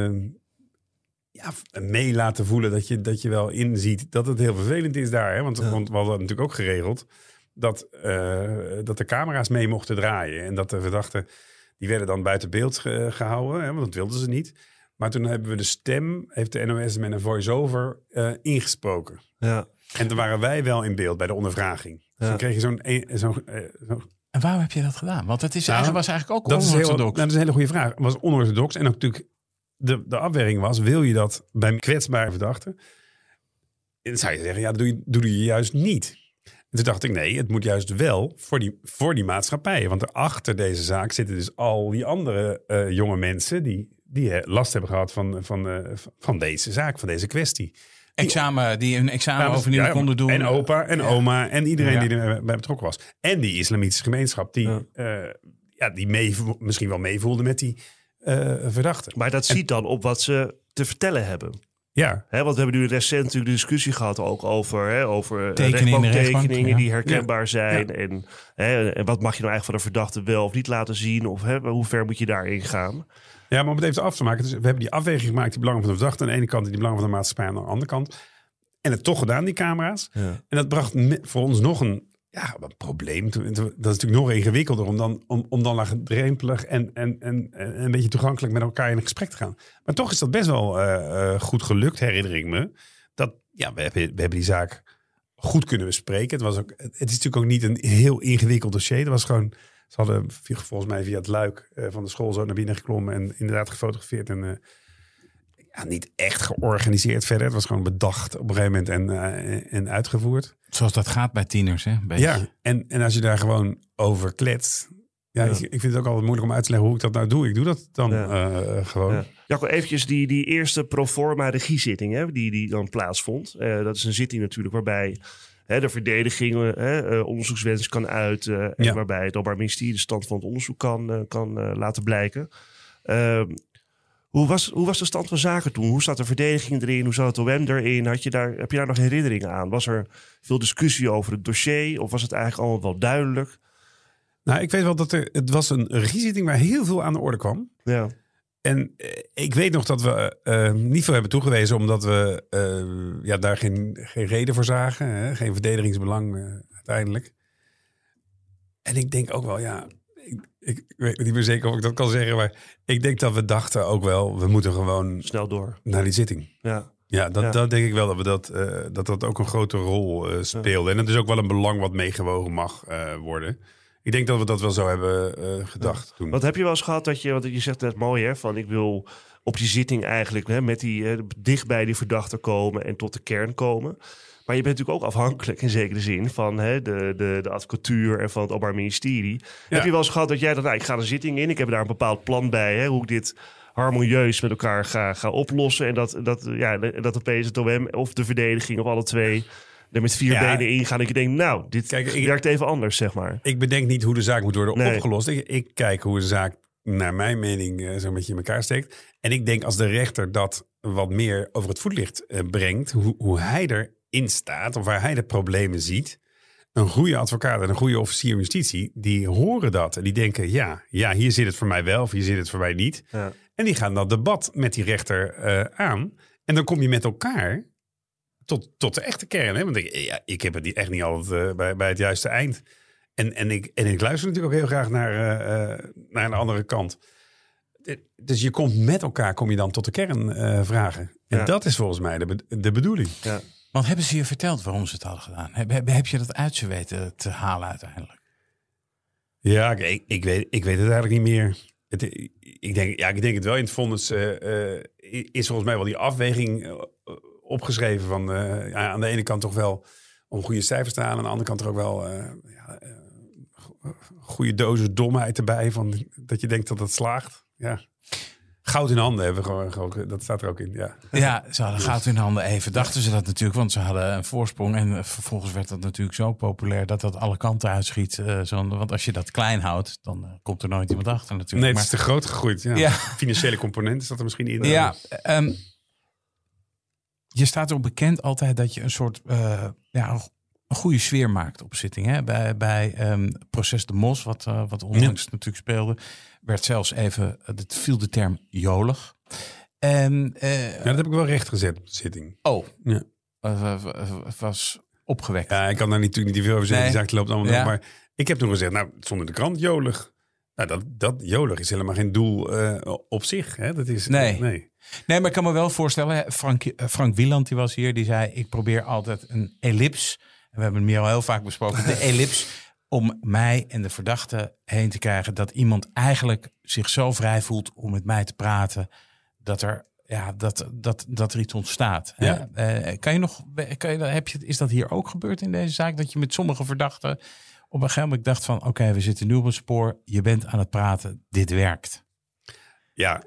mee laten voelen dat je wel inziet dat het heel vervelend is daar. Hè? Want we hadden natuurlijk ook geregeld dat de camera's mee mochten draaien. En dat de verdachten, die werden dan buiten beeld gehouden. Hè? Want dat wilden ze niet. Maar toen hebben we heeft de NOS met een voice-over ingesproken. Ja. En toen waren wij wel in beeld bij de ondervraging. Dus dan kreeg je zo'n En waarom heb je dat gedaan? Want het was eigenlijk ook dat onorthodox. Dat is een hele goede vraag. Het was onorthodox en ook natuurlijk... De afweging was, wil je dat bij kwetsbare verdachten? Dan zou je zeggen, ja, doe je juist niet. En toen dacht ik, nee, het moet juist wel voor die maatschappij. Want achter deze zaak zitten dus al die andere jonge mensen... die last hebben gehad van deze zaak, van deze kwestie. Die een examen overnieuw konden doen. En opa en oma en iedereen die erbij betrokken was. En die islamitische gemeenschap die misschien wel meevoelde met die... verdachten. Maar dat ziet dan op wat ze te vertellen hebben. Ja. Want we hebben nu recent natuurlijk de discussie gehad ook over tekeningen die herkenbaar zijn. Ja. En wat mag je nou eigenlijk van een verdachte wel of niet laten zien? Of hoe ver moet je daarin gaan? Ja, maar om het even af te maken. Dus we hebben die afweging gemaakt, die belangen van de verdachte aan de ene kant en die belangen van de maatschappij aan de andere kant. En het toch gedaan, die camera's. Ja. En dat bracht voor ons nog een probleem. Dat is natuurlijk nog ingewikkelder om dan laagdrempelig en een beetje toegankelijk met elkaar in een gesprek te gaan. Maar toch is dat best wel goed gelukt, herinner ik me. We hebben die zaak goed kunnen bespreken. Het is natuurlijk ook niet een heel ingewikkeld dossier. Het was gewoon, ze hadden volgens mij via het luik van de school zo naar binnen geklommen en inderdaad gefotografeerd en niet echt georganiseerd verder. Het was gewoon bedacht op een gegeven moment en uitgevoerd. Zoals dat gaat bij tieners, hè? Beetje. Ja, en als je daar gewoon over kletst... Ja, ik vind het ook altijd moeilijk om uit te leggen hoe ik dat nou doe. Ik doe dat dan gewoon. Ja. Jacco, eventjes die eerste proforma regiezitting, hè, die dan plaatsvond. Dat is een zitting natuurlijk waarbij de verdediging onderzoekswens kan uiten. En waarbij het Openbaar Ministerie de stand van het onderzoek kan laten blijken. Hoe was de stand van zaken toen? Hoe zat de verdediging erin? Hoe zat het OM erin? Heb je daar nog herinneringen aan? Was er veel discussie over het dossier? Of was het eigenlijk allemaal wel duidelijk? Nou, ik weet wel dat het was een regiezitting waar heel veel aan de orde kwam. Ja. En ik weet nog dat we niet veel hebben toegewezen, omdat we daar geen reden voor zagen. Hè? Geen verdedigingsbelang uiteindelijk. En ik denk ook wel, ik weet niet meer zeker of ik dat kan zeggen, maar ik denk dat we dachten ook wel, we moeten gewoon snel door naar die zitting. Ja, dat denk ik wel dat we dat ook een grote rol speelde. En het is ook wel een belang wat meegewogen mag worden. Ik denk dat we dat wel zo hebben gedacht toen. Wat heb je wel eens gehad want je zegt net mooi, hè, van ik wil op die zitting eigenlijk met die dicht bij die verdachte komen en tot de kern komen. Maar je bent natuurlijk ook afhankelijk in zekere zin van de advocatuur en van het Openbaar Ministerie. Ja. Heb je wel eens gehad dat jij ik ga een zitting in, ik heb daar een bepaald plan bij, hoe ik dit harmonieus met elkaar ga oplossen. En dat opeens het OM of de verdediging of alle twee er met 4 benen ingaan. En je denkt, dit werkt even anders, zeg maar. Ik bedenk niet hoe de zaak moet worden opgelost. Ik kijk hoe de zaak, naar mijn mening, zo'n beetje in elkaar steekt. En ik denk als de rechter dat wat meer over het voetlicht brengt, hoe hij erin staat of waar hij de problemen ziet. Een goede advocaat en een goede officier justitie, die horen dat. En die denken, hier zit het voor mij wel of hier zit het voor mij niet. Ja. En die gaan dat debat met die rechter aan. En dan kom je met elkaar tot de echte kern. Hè? Want ik heb het echt niet altijd bij het juiste eind. En ik luister natuurlijk ook heel graag naar de andere kant. Dus je komt met elkaar dan tot de kern vragen. En dat is volgens mij de bedoeling. Ja. Want hebben ze je verteld waarom ze het hadden gedaan? Heb je dat uit ze weten te halen uiteindelijk? Ja, ik weet het eigenlijk niet meer. Ik denk het wel. In het vonnis is volgens mij wel die afweging opgeschreven van aan de ene kant toch wel om goede cijfers te halen. Aan de andere kant er ook wel goede dosis domheid erbij van dat je denkt dat het slaagt. Ja. goud in handen hebben gewoon, dat staat er ook in. Ja, Ja, ze hadden goud in handen even. Dachten ze dat natuurlijk, want ze hadden een voorsprong. En vervolgens werd dat natuurlijk zo populair dat alle kanten uitschiet. Want als je dat klein houdt, dan komt er nooit iemand achter natuurlijk. Nee, het is te groot gegroeid. Ja. Ja. Financiële component is dat er misschien in. Ja, je staat erop bekend altijd dat je een soort een goede sfeer maakt op zitting. Hè? Bij Proces de Mos, wat onlangs natuurlijk speelde, werd zelfs even, het viel de term jolig. Dat heb ik wel recht gezet op de zitting. Oh, Ja. Het was opgewekt. Ja, ik kan daar natuurlijk niet veel over zeggen. Nee. Die zaak loopt allemaal Ja. nog. Maar ik heb toen gezegd, nou, zonder de krant jolig. Nou, dat jolig is helemaal geen doel op zich. Hè? Dat is, Nee, maar ik kan me wel voorstellen, hè, Frank Wieland die was hier, die zei, ik probeer altijd een ellips. En we hebben het meer al heel vaak besproken. De ellips om mij en de verdachte heen te krijgen. Dat iemand eigenlijk zich zo vrij voelt om met mij te praten. Dat er, dat er iets ontstaat. Ja. Is dat hier ook gebeurd in deze zaak? Dat je met sommige verdachten op een gegeven moment dacht van, oké, we zitten nu op het spoor. Je bent aan het praten. Dit werkt. Ja,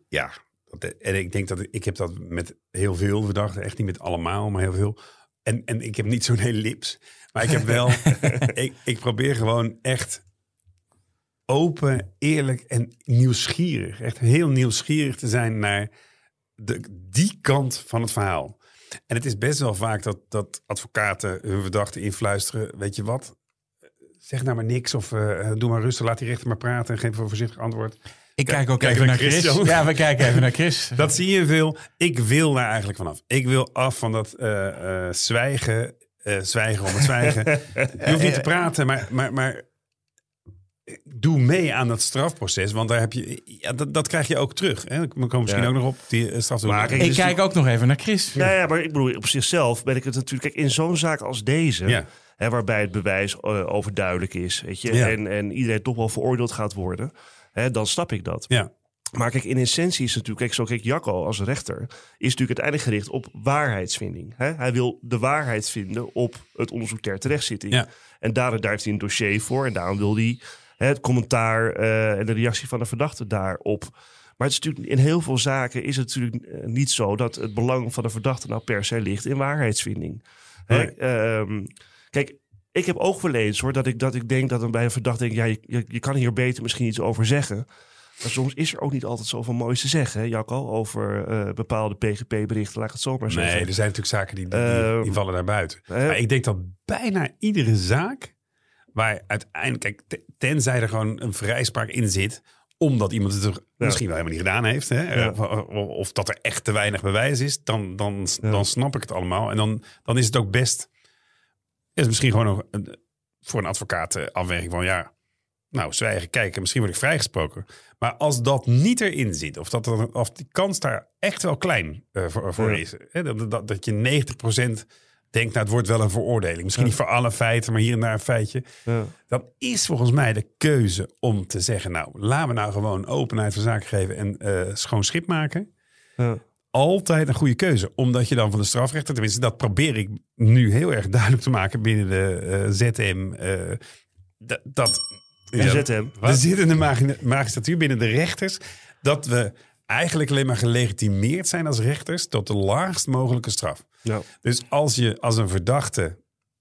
en ik denk dat ik heb dat met heel veel verdachten. Echt niet met allemaal, maar heel veel. En ik heb niet zo'n hele lips. Maar ik heb wel... ik probeer gewoon echt open, eerlijk en nieuwsgierig. Echt heel nieuwsgierig te zijn naar die kant van het verhaal. En het is best wel vaak dat advocaten hun verdachten influisteren. Weet je wat? Zeg nou maar niks of doe maar rustig. Laat die rechter maar praten en geef een voorzichtig antwoord. Ik kijk ook even naar Chris. Ja, we kijken even naar Chris. Dat zie je veel. Ik wil daar eigenlijk vanaf. Ik wil af van dat zwijgen. Zwijgen om het zwijgen. Je hoeft niet te praten, maar doe mee aan dat strafproces. Want daar heb je, dat krijg je ook terug. Hè? We komen misschien ook nog op die strafproces. Maar Ik kijk ook nog even naar Chris. Nou ja, maar ik bedoel, op zichzelf ben ik het natuurlijk... Kijk, in zo'n zaak als deze... Ja. Hè, waarbij het bewijs overduidelijk is, weet je, Ja. en iedereen toch wel veroordeeld gaat worden, hè, dan snap ik dat. Ja. Maar kijk, in essentie is het natuurlijk, kijk, Jacco als rechter is natuurlijk uiteindelijk gericht op waarheidsvinding. Hè? Hij wil de waarheid vinden op het onderzoek ter terechtzitting. Ja. En daar heeft hij een dossier voor en daarom wil hij het commentaar en de reactie van de verdachte daarop. Maar het is natuurlijk, in heel veel zaken is het natuurlijk niet zo dat het belang van de verdachte nou per se ligt in waarheidsvinding. Nee. Kijk, ik heb ook wel eens hoor, dat ik denk dat bij een verdachte denk, ja, je kan hier beter misschien iets over zeggen. Maar soms is er ook niet altijd zoveel moois te zeggen, hè, Jacco, over bepaalde PGP-berichten, laat ik het zo maar zeggen. Nee, er zijn natuurlijk zaken die vallen daar buiten. Hè? Maar ik denk dat bijna iedere zaak waar uiteindelijk, kijk, tenzij er gewoon een vrijspraak in zit, omdat iemand het er misschien wel helemaal niet gedaan heeft, hè, Ja. of dat er echt te weinig bewijs is, dan snap ik het allemaal. En dan is het ook best, is misschien gewoon nog voor een advocaat afweging van nou, zwijgen, kijken, misschien word ik vrijgesproken. Maar als dat niet erin zit, of die kans daar echt wel klein voor is, hè, dat je 90% denkt, nou, het wordt wel een veroordeling. Misschien niet voor alle feiten, maar hier en daar een feitje. Ja. Dan is volgens mij de keuze om te zeggen, nou, laten we nou gewoon openheid van zaken geven en schoon schip maken. Ja. Altijd een goede keuze. Omdat je dan van de strafrechter, tenminste, dat probeer ik nu heel erg duidelijk te maken binnen de ZM. ZM. De zittende magistratuur binnen de rechters, dat we eigenlijk alleen maar gelegitimeerd zijn als rechters tot de laagst mogelijke straf. Ja. Dus als je als een verdachte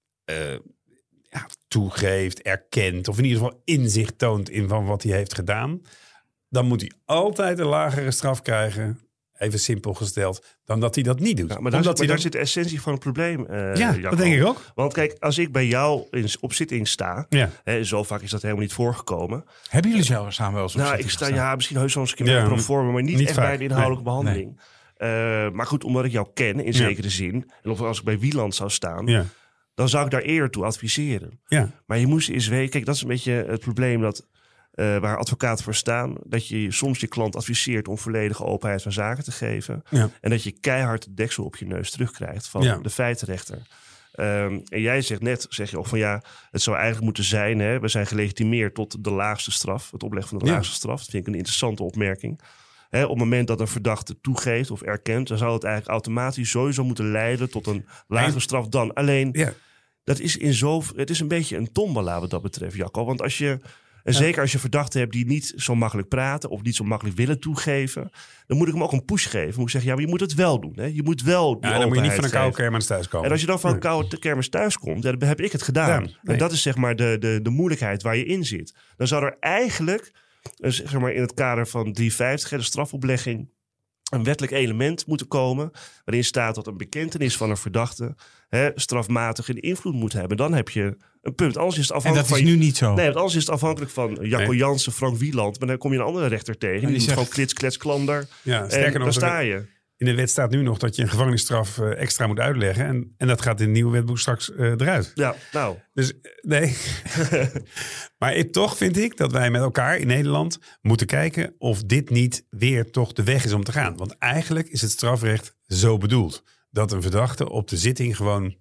toegeeft, erkent, of in ieder geval inzicht toont in van wat hij heeft gedaan, dan moet hij altijd een lagere straf krijgen, even simpel gesteld, dan dat hij dat niet doet. Ja, maar daar zit de essentie van het probleem. Jacco. Dat denk ik ook. Want kijk, als ik bij jou op zitting sta, hè, zo vaak is dat helemaal niet voorgekomen. Hebben jullie zelf samen wel eens op Nou, zitting ik sta gestaan? misschien heus wel eens een keer bij een proforma, maar niet echt vaak. bij de inhoudelijke behandeling. Maar goed, omdat ik jou ken in zekere zin, en of als ik bij Wieland zou staan, dan zou ik daar eerder toe adviseren. Ja. Maar je moest eens weten, kijk, dat is een beetje het probleem dat waar advocaten voor staan, dat je soms je klant adviseert om volledige openheid van zaken te geven. Ja. En dat je keihard de deksel op je neus terugkrijgt van de feitenrechter. En jij zegt net, zeg je ook van het zou eigenlijk moeten zijn, hè, we zijn gelegitimeerd tot de laagste straf, het opleggen van de laagste straf. Dat vind ik een interessante opmerking. Hè, op het moment dat een verdachte toegeeft of erkent, dan zou het eigenlijk automatisch sowieso moeten leiden tot een lagere straf dan. Alleen, dat is het is een beetje een tombola wat dat betreft, Jacco. Want als je En zeker als je verdachten hebt die niet zo makkelijk praten of niet zo makkelijk willen toegeven, dan moet ik hem ook een push geven. Dan moet ik zeggen, ja, maar je moet het wel doen. Hè? Je moet wel die dan moet je niet van een koude geven. kermis thuis komen. En als je dan van een koude kermis thuis komt, dan heb ik het gedaan. Ja, En dat is zeg maar de moeilijkheid waar je in zit. Dan zou er eigenlijk, zeg maar in het kader van 350, de strafoplegging, een wettelijk element moeten komen waarin staat dat een bekentenis van een verdachte strafmatige invloed moet hebben. Dan heb je een punt. Anders is het En afhankelijk dat is van nu niet zo. Nee, want anders is het afhankelijk van Jacco Jansen, Frank Wieland. Maar dan kom je een andere rechter tegen. Die doet zegt- gewoon klits, klets, klander. Ja, En sterker dan nog, sta je. in de wet staat nu nog dat je een gevangenisstraf extra moet uitleggen. En dat gaat in het nieuwe wetboek straks eruit. Ja, nou. Dus nee. Maar toch vind ik dat wij met elkaar in Nederland moeten kijken of dit niet weer toch de weg is om te gaan. Want eigenlijk is het strafrecht zo bedoeld dat een verdachte op de zitting gewoon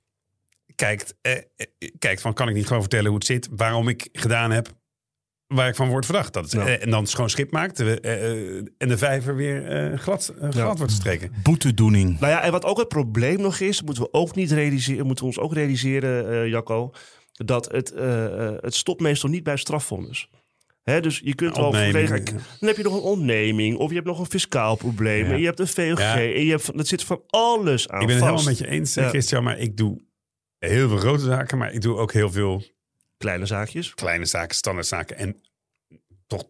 kijkt van, kan ik niet gewoon vertellen hoe het zit, waarom ik gedaan heb waar ik van word verdacht. En dan schoon schip maakt en de vijver weer glad wordt gestreken. Boetedoening. Nou ja, en wat ook het probleem nog is, moeten we ook niet realiseren, moeten we ons ook realiseren, Jacco, dat het stopt meestal niet bij strafvonnis. Hè, dus je kunt wel verwegen, dan heb je nog een ontneming of je hebt nog een fiscaal probleem en je hebt een VOG en je hebt, dat zit van alles aan Ik ben het vast. helemaal met je eens, Christian, maar ik doe heel veel grote zaken, maar ik doe ook heel veel kleine zaakjes. Kleine zaken, standaardzaken. En toch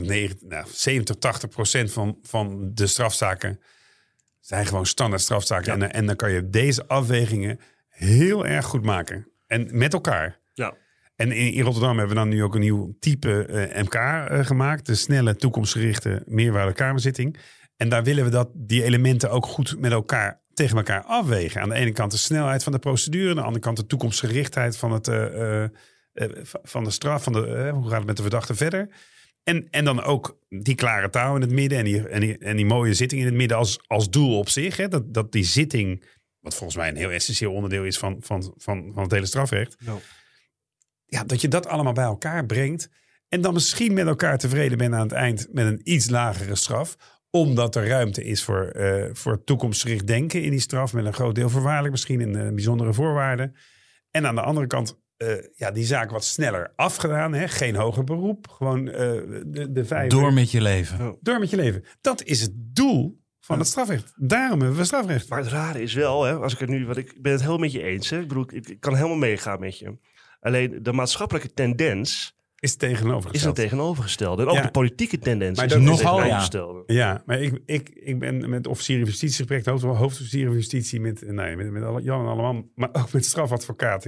70-80% van de strafzaken zijn gewoon standaard strafzaken. Ja. En dan kan je deze afwegingen heel erg goed maken. En met elkaar. Ja. En in Rotterdam hebben we dan nu ook een nieuw type MK gemaakt. De snelle, toekomstgerichte meerwaardekamerzitting. En daar willen we die elementen ook goed met elkaar tegen elkaar afwegen. Aan de ene kant de snelheid van de procedure. Aan de andere kant de toekomstgerichtheid van het van de straf. Hoe gaat het met de verdachte verder? En dan ook die klare taal in het midden. En die mooie zitting in het midden als doel op zich. Hè? Dat die zitting, wat volgens mij een heel essentieel onderdeel is van het hele strafrecht. No. Ja, dat je dat allemaal bij elkaar brengt. En dan misschien met elkaar tevreden bent aan het eind met een iets lagere straf. Omdat er ruimte is voor toekomstgericht denken in die straf. Met een groot deel voorwaardelijk, misschien in bijzondere voorwaarden. En aan de andere kant die zaak wat sneller afgedaan. Hè? Geen hoger beroep. Gewoon de vijver. Door met je leven. Door met je leven. Dat is het doel van het strafrecht. Daarom hebben we strafrecht. Maar het rare is wel, hè, als ik het nu, ik ben het helemaal met je eens. Hè? Ik bedoel, ik kan helemaal meegaan met je. Alleen de maatschappelijke tendens is een tegenovergestelde. En ook de politieke tendens maar is een tegenovergestelde. Ja, maar ik ben met officieren van justitie gesprek, hoofdofficieren van justitie met Jan en allemaal, maar ook met strafadvocaat.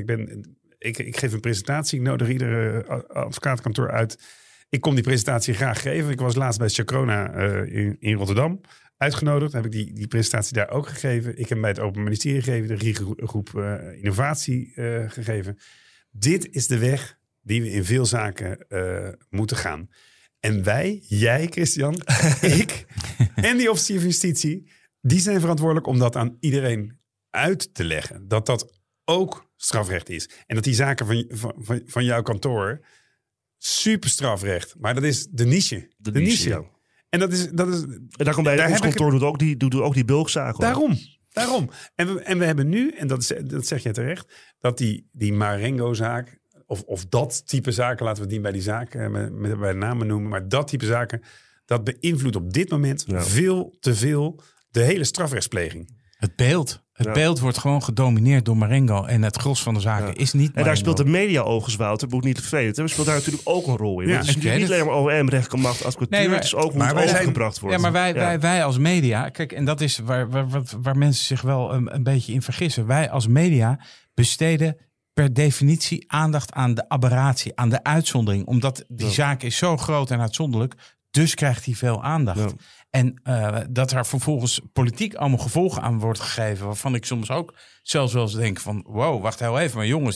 Ik geef een presentatie, ik nodig iedere advocaatkantoor uit. Ik kom die presentatie graag geven. Ik was laatst bij Chacrona in Rotterdam uitgenodigd. Heb ik die presentatie daar ook gegeven. Ik heb bij het Openbaar Ministerie gegeven, de RIGgroep Innovatie gegeven. Dit is de weg die we in veel zaken moeten gaan. En wij, jij Christian, ik en die officier van justitie, die zijn verantwoordelijk om dat aan iedereen uit te leggen. Dat ook strafrecht is. En dat die zaken van jouw kantoor super strafrecht. Maar dat is de niche. De niche. Ja. En dat is. En daar komt bij ons kantoor doet ook die bulkzaken. Daarom. En we hebben nu, en dat zeg je terecht, dat die Marengo-zaak, of dat type zaken, laten we het niet bij die zaken bij de namen noemen, maar dat type zaken, dat beïnvloedt op dit moment veel te veel de hele strafrechtspleging. Het beeld wordt gewoon gedomineerd door Marengo. En het gros van de zaken is niet Marengo. En daar speelt de media-oogjes, Wouter, moet niet vervelend. We speelt daar natuurlijk ook een rol in. Ja, het is niet alleen maar OM, rechtmacht, advocatuur. Het is ook hoe het overgebracht wordt. Ja, maar wij als media, kijk, en dat is waar mensen zich wel een beetje in vergissen. Wij als media besteden per definitie aandacht aan de aberratie, aan de uitzondering. Omdat die zaak is zo groot en uitzonderlijk, dus krijgt hij veel aandacht. Ja. En dat er vervolgens politiek allemaal gevolgen aan wordt gegeven, waarvan ik soms ook zelfs wel eens denk van, wow, wacht heel even, maar jongens,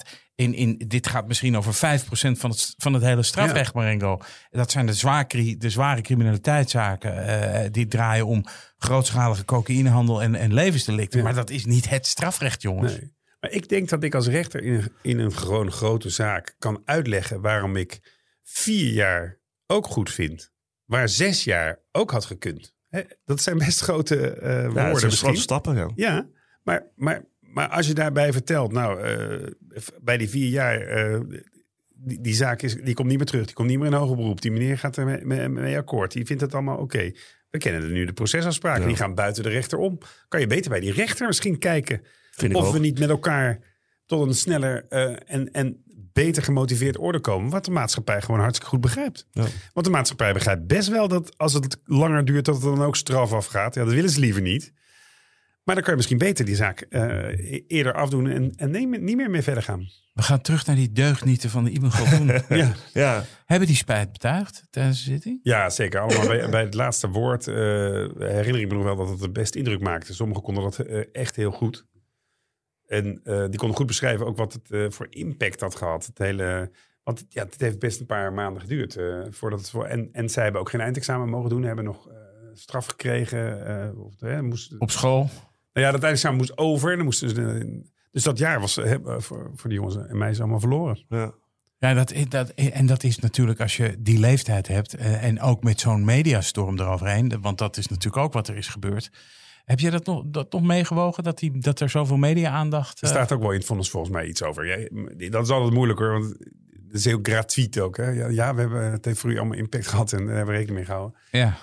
dit gaat misschien over 5% van het hele strafrecht, Marengo. Dat zijn de zware criminaliteitszaken. Die draaien om grootschalige cocaïnehandel en levensdelicten. Ja. Maar dat is niet het strafrecht, jongens. Nee. Maar ik denk dat ik als rechter in een gewoon grote zaak kan uitleggen waarom ik 4 jaar ook goed vind. Waar 6 jaar ook had gekund. Dat zijn best grote woorden. Dat zijn grote stappen, ja. Maar als je daarbij vertelt, bij die 4 jaar, die zaak die komt niet meer terug. Die komt niet meer in hoger beroep. Die meneer gaat er mee akkoord. Die vindt het allemaal oké. We kennen er nu de procesafspraken. Ja. Die gaan buiten de rechter om. Kan je beter bij die rechter misschien kijken of we niet met elkaar tot een sneller en beter gemotiveerd orde komen. Wat de maatschappij gewoon hartstikke goed begrijpt. Ja. Want de maatschappij begrijpt best wel dat als het langer duurt, dat het dan ook straf afgaat. Ja, dat willen ze liever niet. Maar dan kan je misschien beter die zaak eerder afdoen en niet meer mee verder gaan. We gaan terug naar die deugnieten van de Ibn Galdoen. Ja. Hebben die spijt betuigd tijdens de zitting? Ja, zeker. Allemaal bij het laatste woord herinner ik me nog wel dat het de best indruk maakte. Sommigen konden dat echt heel goed. En die konden goed beschrijven ook wat het voor impact had gehad. Want het heeft best een paar maanden geduurd. Voordat het en zij hebben ook geen eindexamen mogen doen. Hebben nog straf gekregen. Moesten, op school? Nou ja, dat eindexamen moest over. En dan moesten ze, dus dat jaar was voor de jongens en meisjes allemaal verloren. Ja, dat is natuurlijk als je die leeftijd hebt. En ook met zo'n mediastorm eroverheen. Want dat is natuurlijk ook wat er is gebeurd. Heb je dat nog meegewogen? Dat er zoveel media-aandacht... Er staat ook wel in het vonnis volgens mij iets over. Ja, dat is altijd moeilijk hoor. Want het is heel gratuit ook. Hè? Ja, het heeft voor u allemaal impact gehad. En daar hebben we rekening mee gehouden. Ja.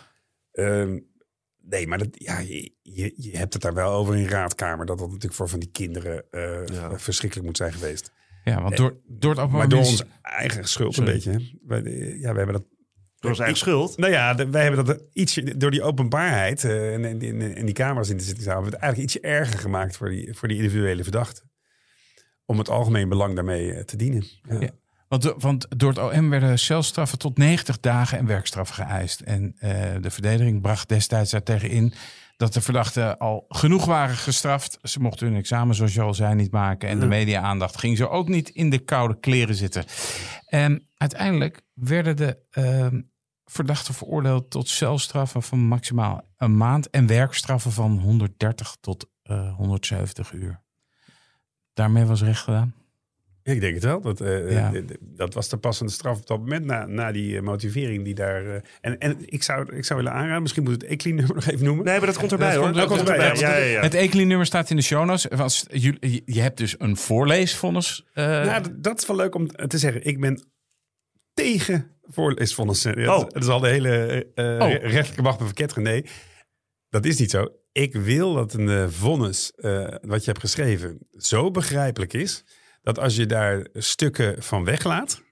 Nee, maar je hebt het daar wel over in raadkamer. Dat natuurlijk voor van die kinderen verschrikkelijk moet zijn geweest. Ja, want door het maar door onze eigen schuld een beetje. Hè? We hebben dat... Door onze eigen schuld? Nou ja, wij hebben dat ietsje... Door die openbaarheid en die camera's in de zittingszaal... hebben we het eigenlijk ietsje erger gemaakt voor die individuele verdachten. Om het algemeen belang daarmee te dienen. Ja. Want door het OM werden celstraffen tot 90 dagen en werkstraffen geëist. En de verdediging bracht destijds daar tegen in dat de verdachten al genoeg waren gestraft. Ze mochten hun examen, zoals je al zei, niet maken. En de media-aandacht ging zo ook niet in de koude kleren zitten. Uiteindelijk werden de verdachten veroordeeld tot celstraffen van maximaal een maand en werkstraffen van 130 tot 170 uur. Daarmee was recht gedaan. Ik denk het wel. Dat was de passende straf op dat moment na die motivering die daar... En ik zou willen aanraden, misschien moet het ECLI-nummer nog even noemen. Nee, maar dat komt erbij hoor. Dat komt erbij. Ja. Het ECLI-nummer staat in de show notes. Je hebt dus een voorleesvonnis. Dat is wel leuk om te zeggen. Ik ben tegen voorleesvonnissen. Dat is al de hele rechtelijke macht verketteren. Nee, dat is niet zo. Ik wil dat een vonnis wat je hebt geschreven zo begrijpelijk is... dat als je daar stukken van weglaat...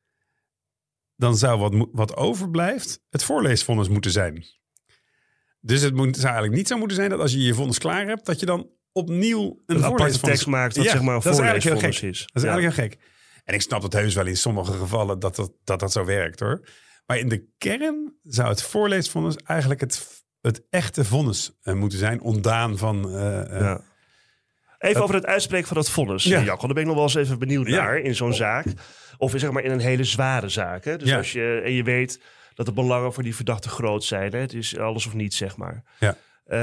dan zou wat overblijft het voorleesvonnis moeten zijn. Dus het zou eigenlijk niet zo moeten zijn... dat als je je vonnis klaar hebt... dat je dan opnieuw een aparte tekst maakt... dat zeg maar een voorleesvonnis is. Dat is eigenlijk heel gek. En ik snap dat heus wel in sommige gevallen... dat zo werkt hoor. Maar in de kern zou het voorleesvonnis... eigenlijk het echte vonnis moeten zijn... ontdaan van... Even over het uitspreken van dat vonnis, Jack. Want daar ben ik nog wel eens even benieuwd naar in zo'n zaak. Of zeg maar in een hele zware zaak. Hè? Dus als je weet dat de belangen voor die verdachte groot zijn. Hè? Het is alles of niets, zeg maar. Ja.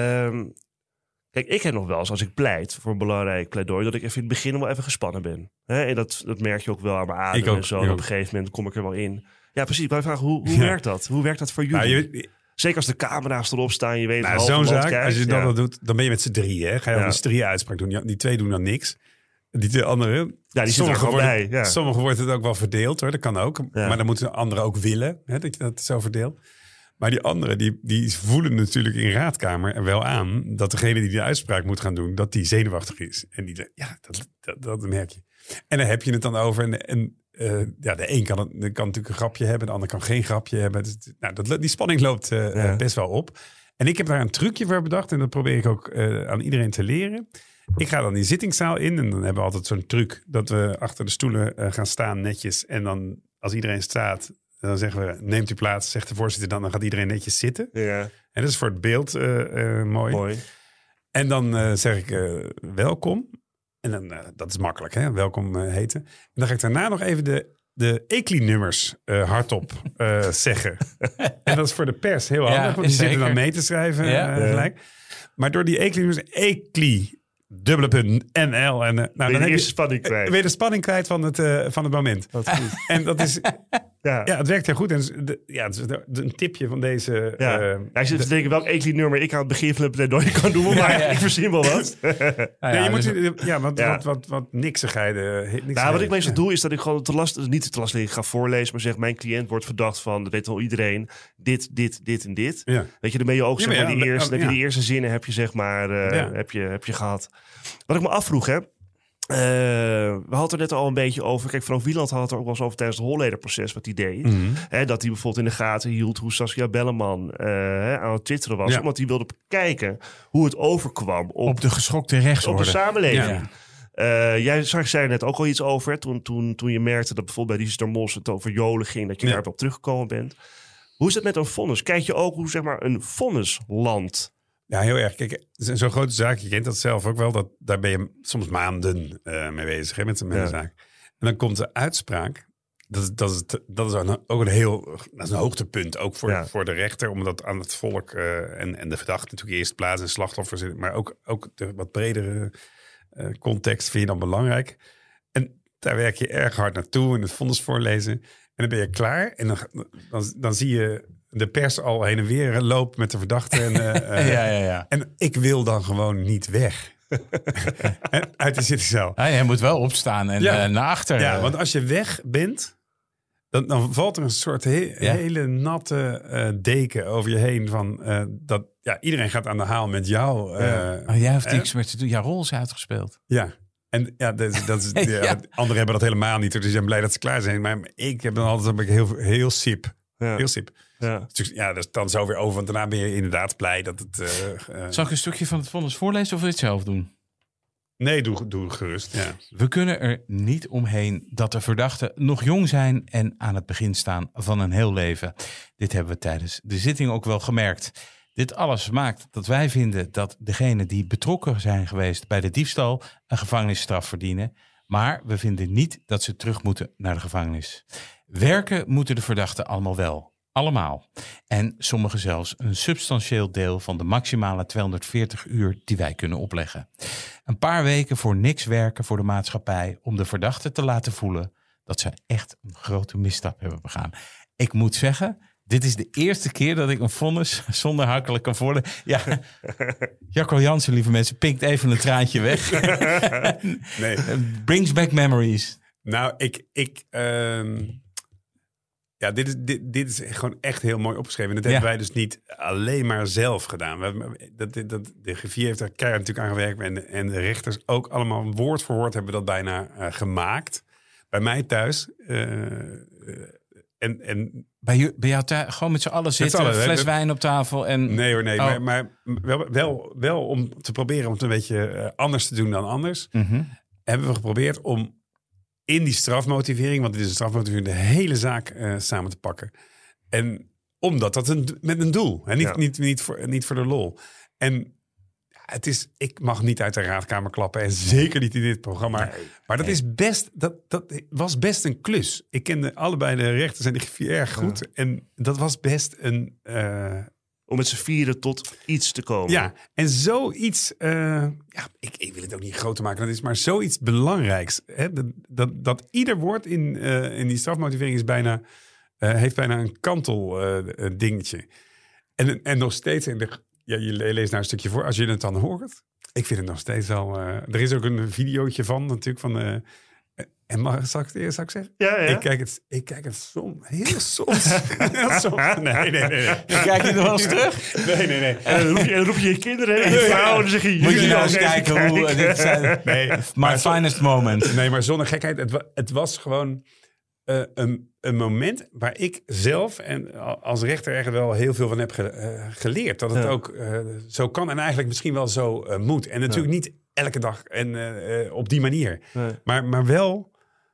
Kijk, ik heb nog wel eens als ik pleit voor een belangrijk pleidooi... dat ik even in het begin wel even gespannen ben. Hè? En dat merk je ook wel aan mijn adem en zo. En op een gegeven moment kom ik er wel in. Ja, precies. Maar ik vraag, hoe werkt dat? Hoe werkt dat voor jullie? Zeker als de camera's erop staan, je weet... zo'n zaak, als je dat doet, dan ben je met z'n drieën. Ga je met z'n drieën uitspraak doen. Die twee doen dan niks. Die twee anderen... Ja, die zitten er gewoon bij. Ja. Sommigen wordt het ook wel verdeeld, hoor. Dat kan ook. Ja. Maar dan moeten de anderen ook willen, hè, dat je dat zo verdeelt. Maar die anderen, die voelen natuurlijk in raadkamer wel aan... dat degene die de uitspraak moet gaan doen, dat die zenuwachtig is. En die dat merk je. En dan heb je het dan over... de een kan natuurlijk een grapje hebben, de ander kan geen grapje hebben. Die spanning loopt best wel op. En ik heb daar een trucje voor bedacht en dat probeer ik ook aan iedereen te leren. Ik ga dan die zittingszaal in en dan hebben we altijd zo'n truc dat we achter de stoelen gaan staan netjes. En dan als iedereen staat, dan zeggen we neemt u plaats, zegt de voorzitter dan gaat iedereen netjes zitten. Ja. En dat is voor het beeld mooi. En dan zeg ik welkom. En dan, dat is makkelijk, hè? Welkom heten. En dan ga ik daarna nog even de ECLI-nummers hardop zeggen. En dat is voor de pers heel handig, want die zitten dan mee te schrijven gelijk. Maar door die ECLI-nummers, ECLI, _NL. En, dan heb je spanning kwijt. Weer de spanning kwijt van het moment. Dat is goed. En dat is... Ja. Ja, het werkt heel goed. En het is een tipje van deze... Hij zit te denken welk Eeklied-nummer ik aan het begin van het pleidooi kan doen. Maar ik verzin wel wat. Wat niksigheden. Wat ik meestal doe is dat ik gewoon niet te last ga voorlezen. Maar zeg, mijn cliënt wordt verdacht van, dat weet al iedereen, dit en dit. Ja. Weet je, dan ben je ook, heb je de eerste zinnen heb je, zeg maar, heb je gehad. Wat ik me afvroeg, hè. We hadden er net al een beetje over. Kijk, Frank Wieland had het er ook wel eens over tijdens het Hollederproces wat hij deed. Mm-hmm. Dat hij bijvoorbeeld in de gaten hield hoe Saskia Belleman aan het twitteren was. Ja. Omdat hij wilde kijken hoe het overkwam Op de geschokte rechtsorde. op de samenleving. Ja. Jij zei er net ook al iets over. Toen je merkte dat bijvoorbeeld bij Richard Mos het over Jolen ging. Dat je daarop op teruggekomen bent. Hoe is het met een vonnis? Kijk je ook hoe, zeg maar, een vonnis landt? Ja, heel erg. Kijk, zo'n grote zaak, je kent dat zelf ook wel. Daar ben je soms maanden mee bezig met een zaak. En dan komt de uitspraak. Dat is ook een hoogtepunt. Ook voor de rechter. Omdat aan het volk en de verdachte natuurlijk eerst plaats en slachtoffers. Maar ook de wat bredere context vind je dan belangrijk. En daar werk je erg hard naartoe. In het vonnis voorlezen. En dan ben je klaar. En dan zie je de pers al heen en weer loopt met de verdachte. En, en ik wil dan gewoon niet weg. Uit de zittingszaal. Ja, je moet wel opstaan en naar achter. Ja, want als je weg bent, dan valt er een soort hele natte deken over je heen. Van, iedereen gaat aan de haal met jou. Jij hoeft niks meer te doen. Jouw rol is uitgespeeld. Ja. En anderen hebben dat helemaal niet. Dus die zijn blij dat ze klaar zijn. Maar ik heb dan altijd heel sip. Ja. Heel sip. Ja. Dus dan zo weer over. Want daarna ben je inderdaad blij dat het... Zal ik een stukje van het vonnis voorlezen of wil je het zelf doen? Nee, doe gerust. Ja. We kunnen er niet omheen dat de verdachten nog jong zijn en aan het begin staan van een heel leven. Dit hebben we tijdens de zitting ook wel gemerkt. Dit alles maakt dat wij vinden dat degenen die betrokken zijn geweest bij de diefstal een gevangenisstraf verdienen. Maar we vinden niet dat ze terug moeten naar de gevangenis. Werken moeten de verdachten allemaal wel. Allemaal. En sommigen zelfs een substantieel deel van de maximale 240 uur die wij kunnen opleggen. Een paar weken voor niks werken voor de maatschappij om de verdachten te laten voelen dat ze echt een grote misstap hebben begaan. Ik moet zeggen, dit is de eerste keer dat ik een vonnis zonder hakkelijk kan voorlezen. Ja, Jacco Jansen, lieve mensen, pinkt even een traantje weg. Nee. Brings back memories. Nou, dit is gewoon echt heel mooi opgeschreven. En dat hebben wij dus niet alleen maar zelf gedaan. De griffier heeft er keihard natuurlijk aan gewerkt. En de rechters ook allemaal woord voor woord hebben we dat bijna gemaakt. Bij mij thuis. Bij jou thuis, gewoon met z'n allen zitten, een fles wijn op tafel. En... Nee hoor, nee. Oh. Maar wel om te proberen om het een beetje anders te doen dan anders. Mm-hmm. Hebben we geprobeerd om in die strafmotivering, want dit is een strafmotivering, de hele zaak samen te pakken. En omdat dat met een doel. En niet voor de lol. En ik mag niet uit de raadkamer klappen. En zeker niet in dit programma. Nee, maar dat is best, dat was best een klus. Ik kende allebei de rechters en de griffier erg goed. Ja. En dat was best een... om met z'n vieren tot iets te komen. Ja, en zoiets... ik wil het ook niet groter maken. Dat is maar zoiets belangrijks. Hè? Dat ieder woord in die strafmotivering is heeft bijna een kantel dingetje. En nog steeds... je leest nou een stukje voor. Als je het dan hoort... Ik vind het nog steeds wel... er is ook een videootje van natuurlijk van... En zal ik het eerst zeggen? Ja. Ik kijk het soms. Heel soms. Nee. Kijk je er wel eens terug? Nee. En dan roep je kinderen en je vrouw en dan zeg je... Moet je nou eens kijken hoe... Dit zijn my finest moment. Nee, maar zonder gekheid. Het was gewoon een moment waar ik zelf en als rechter echt wel heel veel van heb geleerd. Dat het ook zo kan en eigenlijk misschien wel zo moet. En natuurlijk niet elke dag en op die manier. Nee. Maar wel...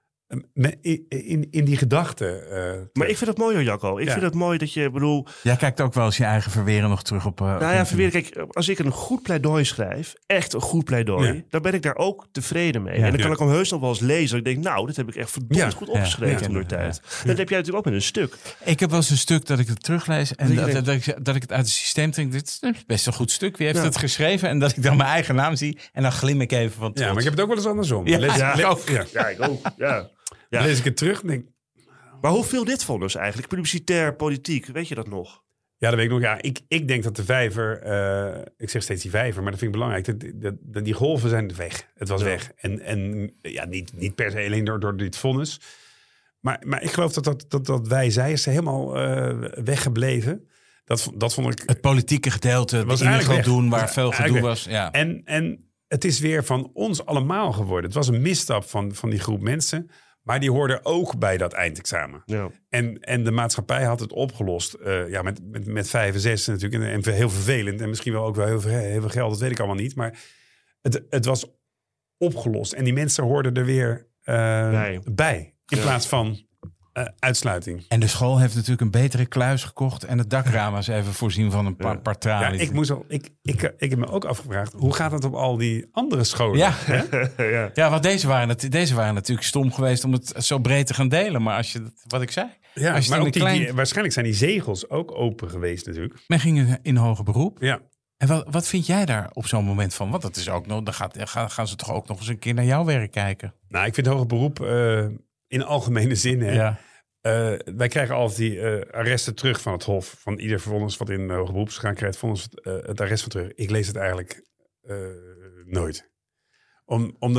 In die gedachten. Maar ik vind het mooi hoor, Jacco. Ik vind het mooi dat je, bedoel... Jij kijkt ook wel eens je eigen verweren nog terug op... verweren. Kijk, als ik een goed pleidooi schrijf, echt een goed pleidooi, dan ben ik daar ook tevreden mee. En dan kan ik hem heus nog wel eens lezen. Ik denk, nou, dit heb ik echt verdomd goed opgeschreven in de tijd. En dat heb jij natuurlijk ook met een stuk. Ik heb wel eens een stuk dat ik het teruglees en dat ik het uit het systeem denk, dit is best een goed stuk. Wie heeft het geschreven? En dat ik dan mijn eigen naam zie en dan glim ik even van trots. Ja, maar ik heb het ook wel eens andersom. Ik ook. Ja. Dan lees ik het terug en denk, Maar hoe viel dit vonnis eigenlijk? Publicitair, politiek, weet je dat nog? Ja, dat weet ik nog. Ja, ik denk dat de vijver... ik zeg steeds die vijver, maar dat vind ik belangrijk. Die golven zijn weg. Het was weg. En ja, niet per se alleen door dit vonnis. Maar ik geloof dat wij zijers helemaal weggebleven. Dat vond ik... Het politieke gedeelte, was eigenlijk doen waar veel gedoe was. Ja. En het is weer van ons allemaal geworden. Het was een misstap van die groep mensen... Maar die hoorden ook bij dat eindexamen. Ja. En de maatschappij had het opgelost. Met 5 en 6 natuurlijk. En heel vervelend. En misschien wel ook wel heel veel geld. Dat weet ik allemaal niet. Maar het was opgelost. En die mensen hoorden er weer bij. In plaats van uitsluiting. En de school heeft natuurlijk een betere kluis gekocht. En het dakraam is even voorzien van een paar tralies. Ja, ik heb me ook afgevraagd. Hoe gaat het op al die andere scholen? Ja, ja, want deze waren natuurlijk stom geweest om het zo breed te gaan delen. Maar als je wat ik zei. Ja, als je maar ook waarschijnlijk zijn die zegels ook open geweest natuurlijk. Men ging in hoger beroep. Ja. En wat vind jij daar op zo'n moment van? Want dat is ook nog, dan gaan ze toch ook nog eens een keer naar jouw werk kijken? Nou, ik vind hoger beroep in algemene zin. Hè. Ja. Wij krijgen altijd die arresten terug van het Hof. Van ieder vonnis wat in hoger beroep is gegaan, krijgt vonnis het arrest van terug. Ik lees het eigenlijk nooit. Omdat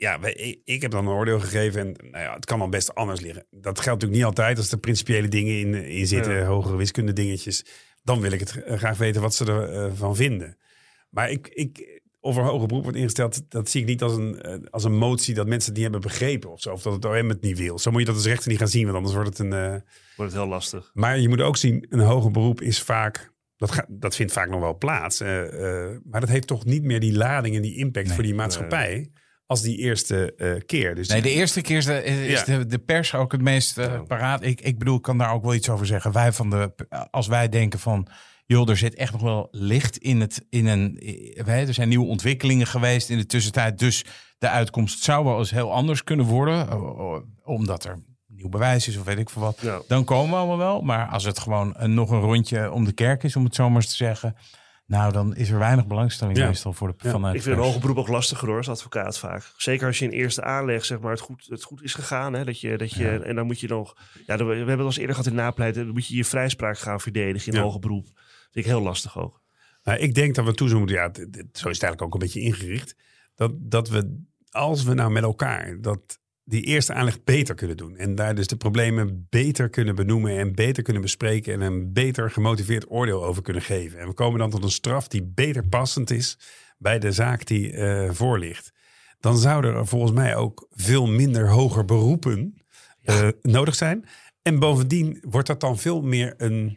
ik heb dan een oordeel gegeven en het kan dan best anders liggen. Dat geldt natuurlijk niet altijd. Als er principiële dingen in zitten, hogere wiskunde dingetjes, dan wil ik het graag weten wat ze ervan vinden. Maar of er hoger beroep wordt ingesteld, dat zie ik niet als een motie dat mensen het niet hebben begrepen of zo. Of dat het OM het niet wil. Zo moet je dat als rechter niet gaan zien, want anders wordt het heel lastig. Maar je moet ook zien, een hoger beroep is vaak, dat vindt vaak nog wel plaats. Maar dat heeft toch niet meer die lading en die impact voor die maatschappij als die eerste keer. Dus de eerste keer is de pers ook het meest paraat. Ik bedoel, ik kan daar ook wel iets over zeggen. Als wij denken van... joh, er zit echt nog wel licht er zijn nieuwe ontwikkelingen geweest in de tussentijd. Dus de uitkomst zou wel eens heel anders kunnen worden. Omdat er nieuw bewijs is of weet ik veel wat. Ja. Dan komen we allemaal wel. Maar als het gewoon nog een rondje om de kerk is, om het zo maar eens te zeggen. Nou, dan is er weinig belangstelling meestal voor vanuit. Ik vind een hoger beroep ook lastiger hoor, als advocaat vaak. Zeker als je in eerste aanleg zeg maar het goed is gegaan. Hè, dat je en dan moet je nog... Ja, we hebben het al eens eerder gehad in napleiten. Dan moet je je vrijspraak gaan verdedigen in hoger beroep. Dat vind ik heel lastig ook. Nou, ik denk dat we toe moeten... Ja, zo is het eigenlijk ook een beetje ingericht. Dat we, als we nou met elkaar... die eerste aanleg beter kunnen doen. En daar dus de problemen beter kunnen benoemen en beter kunnen bespreken en een beter gemotiveerd oordeel over kunnen geven. En we komen dan tot een straf die beter passend is bij de zaak die voor ligt. Dan zouden er volgens mij ook veel minder hoger beroepen nodig zijn. En bovendien wordt dat dan veel meer een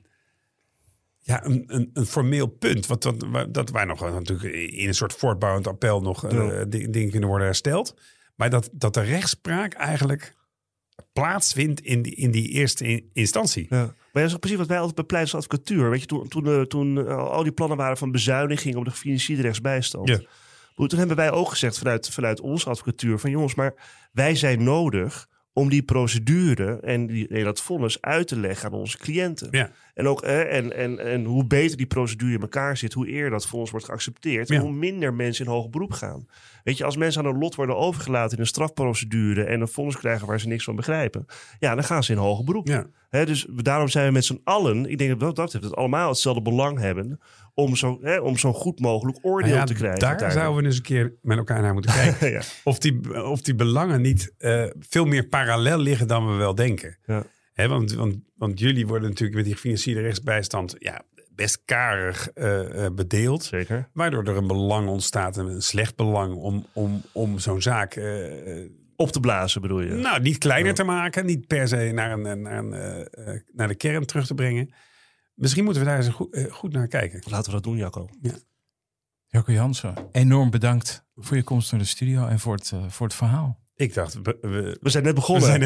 formeel punt. Dat wij nog natuurlijk in een soort voortbouwend appel nog dingen kunnen worden hersteld. Maar dat de rechtspraak eigenlijk plaatsvindt in die eerste instantie. Ja. Maar dat is ook precies wat wij altijd bepleiten als advocatuur. Weet je, toen al die plannen waren van bezuiniging op de gefinancierde rechtsbijstand. Ja. Toen hebben wij ook gezegd vanuit onze advocatuur van jongens, maar wij zijn nodig om die procedure en dat vonnis uit te leggen aan onze cliënten. Ja. En ook en hoe beter die procedure in elkaar zit, hoe eerder dat vonnis wordt geaccepteerd, en hoe minder mensen in hoger beroep gaan. Weet je, als mensen aan een lot worden overgelaten in een strafprocedure en een vonnis krijgen waar ze niks van begrijpen, dan gaan ze in hoger beroep. Ja. Dus daarom zijn we met z'n allen, ik denk dat het allemaal hetzelfde belang hebben om zo'n goed mogelijk oordeel te krijgen. Daar zouden we eens een keer met elkaar naar moeten kijken. Ja. Of die belangen niet veel meer parallel liggen dan we wel denken. Ja. Want jullie worden natuurlijk met die gefinancierde rechtsbijstand best karig bedeeld. Zeker. Waardoor er een belang ontstaat, een slecht belang om zo'n zaak... op te blazen bedoel je? Nou, niet kleiner te maken. Niet per se naar de kern terug te brengen. Misschien moeten we daar eens goed naar kijken. Laten we dat doen, Jacco. Ja. Jacco Jansen, enorm bedankt voor je komst naar de studio en voor het verhaal. Ik dacht, we zijn net begonnen.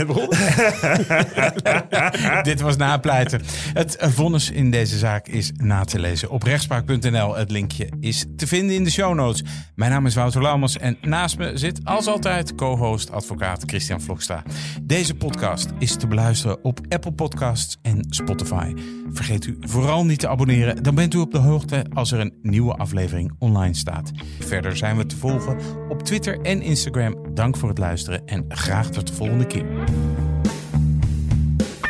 Dit was napleiten. Het vonnis in deze zaak is na te lezen op rechtspraak.nl. Het linkje is te vinden in de show notes. Mijn naam is Wouter Laumans en naast me zit als altijd co-host advocaat Christian Vlokstra. Deze podcast is te beluisteren op Apple Podcasts en Spotify. Vergeet u vooral niet te abonneren. Dan bent u op de hoogte als er een nieuwe aflevering online staat. Verder zijn we te volgen op Twitter en Instagram. Dank voor het luisteren en graag tot de volgende keer.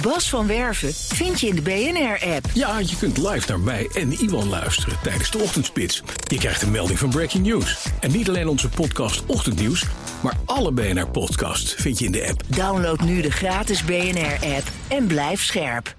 Bas van Werven vind je in de BNR-app. Ja, je kunt live naar mij en Iwan luisteren tijdens de ochtendspits. Je krijgt een melding van Breaking News. En niet alleen onze podcast Ochtendnieuws, maar alle BNR-podcasts vind je in de app. Download nu de gratis BNR-app en blijf scherp.